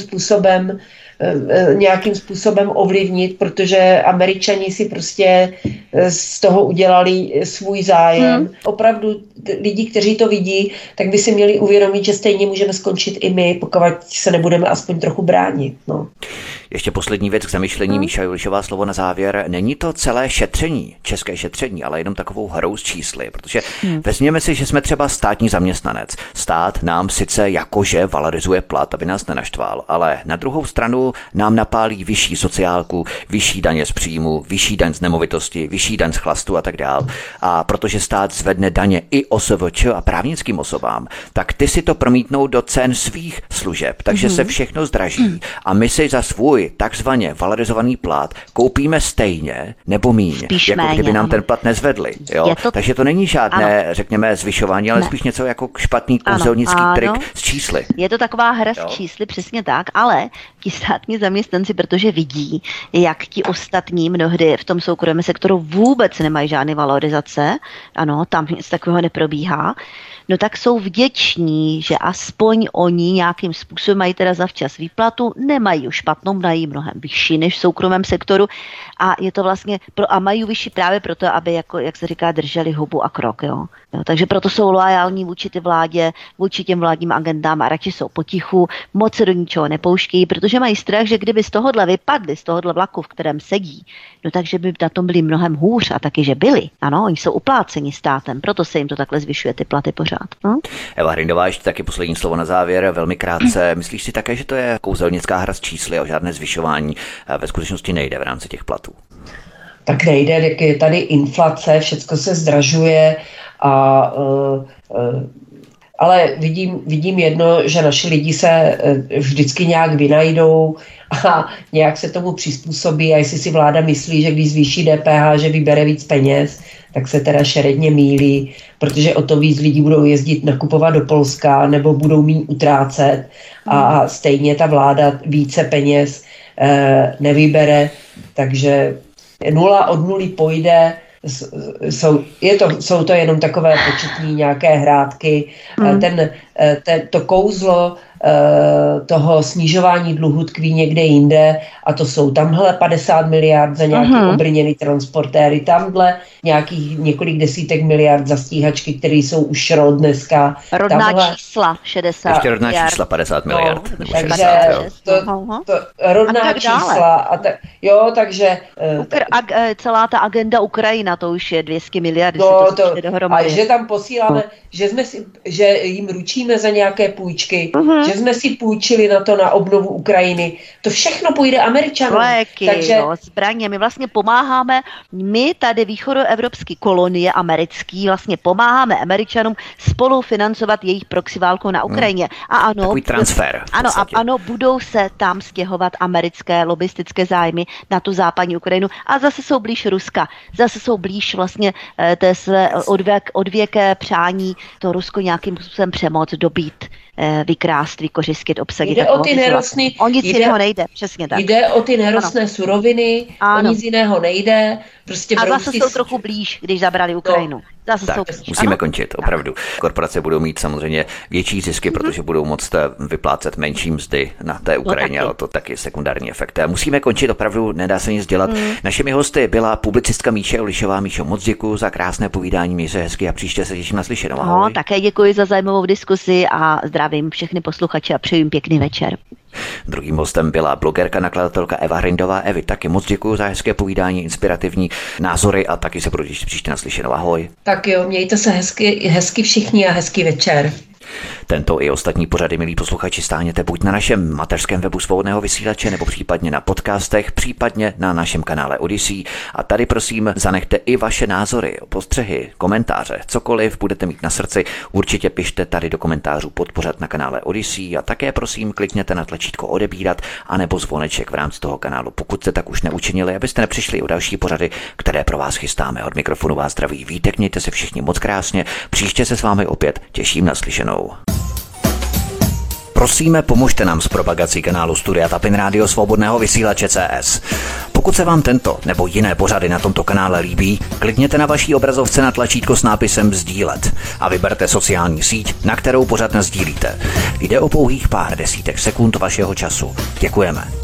nějakým způsobem ovlivnit, protože Američani si prostě z toho udělali svůj zájem. Opravdu lidi, kteří to vidí, tak by si měli uvědomit, že stejně můžeme skončit i my, pokud se nebudeme aspoň trochu bránit. No. Ještě poslední věc k zamyšlení, Míša Julišová, slovo na závěr. Není to celé šetření, české šetření, ale jenom takovou hrou s čísly, protože vezměme si, že jsme třeba státní zaměstnanec. Stát nám sice jakože valorizuje plat, aby nás nenaštval, ale na druhou stranu nám napálí vyšší sociálku, vyšší daně z příjmu, vyšší daň z nemovitosti, vyšší daň z chlastu a tak dál. A protože stát zvedne daně i OSVČ a právnickým osobám, tak ty si to promítnou do cen svých služeb, takže se všechno zdraží a my si za svůj takzvaně valorizovaný plat koupíme stejně nebo míň, jako kdyby nám ten plat nezvedli. Jo? Takže to není žádné, řekněme, zvyšování, ale spíš něco jako špatný kouzelnický trik s čísly. Je to taková hra s čísly, přesně tak, ale ti státní zaměstnanci, protože vidí, jak ti ostatní mnohdy v tom soukromém sektoru vůbec nemají žádné valorizace, ano, tam nic takového neprobíhá, no tak jsou vděční, že aspoň oni nějakým způsobem mají teda zavčas výplatu, nemají už špatnou, mají mnohem vyšší než v soukromém sektoru a je to vlastně a mají vyšší právě proto, aby, jako, jak se říká, drželi hubu a krok. Jo. Takže proto jsou loajální vůči té vládě, vůči těm vládním agendám a radši jsou potichu, moc se do ničeho nepouštějí, protože mají strach, že kdyby z tohohle vypadli, z tohohle vlaku, v kterém sedí, no takže by na tom byli mnohem hůř a taky, že byli. Ano, oni jsou upláceni státem, proto se jim to takhle zvyšuje ty platy pořád. Eva Hrindová, ještě taky poslední slovo na závěr, velmi krátce. Myslíš si také, že to je kouzelnická hra s čísly, o žádné zvyšování ve skutečnosti nejde v rámci těch platů? Tak nejde, jak je tady inflace, všecko se zdražuje a Ale vidím jedno, že naši lidi se vždycky nějak vynajdou a nějak se tomu přizpůsobí a jestli si vláda myslí, že když zvýší DPH, že vybere víc peněz, tak se teda šeredně mýlí, protože o to víc lidí budou jezdit nakupovat do Polska nebo budou mít utrácet a stejně ta vláda více peněz nevybere, takže 0 od 0 půjde. Jsou to jenom takové početní nějaké hrátky. To kouzlo toho snižování dluhu tkví někde jinde a to jsou tamhle 50 miliard za nějaký obrněný transportéry, tamhle nějakých několik desítek miliard za stíhačky, které jsou už šrot dneska. Rodná čísla 60 ještě rodná čísla 50 miliard. Takže rodná čísla. Takže celá ta agenda Ukrajina, to už je 200 miliard. A že tam posíláme, že jim ručíme za nějaké půjčky, že jsme si půjčili na to na obnovu Ukrajiny. To všechno půjde Američanům. Léky, zbraně. My vlastně pomáháme, my tady východoevropské kolonie americký, vlastně pomáháme Američanům spolufinancovat jejich proxy válku na Ukrajině. A ano, takový transfer. Ano, budou se tam stěhovat americké lobistické zájmy na tu západní Ukrajinu a zase jsou blíž Ruska. Zase jsou blíž vlastně té své odvěké přání to Rusko nějakým způsobem přemoc, dobít, vykrást, vykořistit, obsadit. Jde o ty nerostný, o nic jiného nejde, přesně tak. Jde o ty nerostné suroviny, o nic jiného nejde. Prostě a zase jsou trochu blíž, když zabrali Ukrajinu. Zase tak, jsou blíž. Musíme končit, opravdu. Korporace budou mít samozřejmě větší zisky, protože budou moct vyplácet menší mzdy na té Ukrajině, ale to taky sekundární efekt. Musíme končit, opravdu nedá se nic dělat. Našimi hosty byla publicistka Míše Olišová. Míšo, moc děkuji za krásné povídání, měj se hezky a příště se těším na slyšenou. Ahoj. Také děkuji za zajímavou diskusi a zdravím všechny posluchače a přeji jim pěkný večer. Druhým hostem byla blogerka, nakladatelka Eva Hrindová. Evi, taky moc děkuji za hezké povídání, inspirativní názory a taky se budu těšit příště naslyšenou. Ahoj. Tak jo, mějte se hezky všichni a hezký večer. Tento i ostatní pořady, milí posluchači, stáhněte buď na našem mateřském webu Svobodného vysílače, nebo případně na podcastech, případně na našem kanále Odyssey. A tady prosím zanechte i vaše názory, postřehy, komentáře, cokoliv budete mít na srdci, určitě pište tady do komentářů pod pořad na kanále Odyssey a také prosím klikněte na tlačítko odebírat anebo zvoneček v rámci toho kanálu, pokud jste tak už neučinili, abyste nepřišli o další pořady, které pro vás chystáme. Od mikrofonu vás zdraví Vítek, mějte se všichni moc krásně, příště se s vámi opět těším na slyšenou. Prosíme, pomožte nám s propagací kanálu Studia Tapin Rádio Svobodného vysílače CS. Pokud se vám tento nebo jiné pořady na tomto kanále líbí, klikněte na vaší obrazovce na tlačítko s nápisem sdílet a vyberte sociální síť, na kterou pořad nasdílíte. Jde o pouhých pár desítek sekund vašeho času. Děkujeme.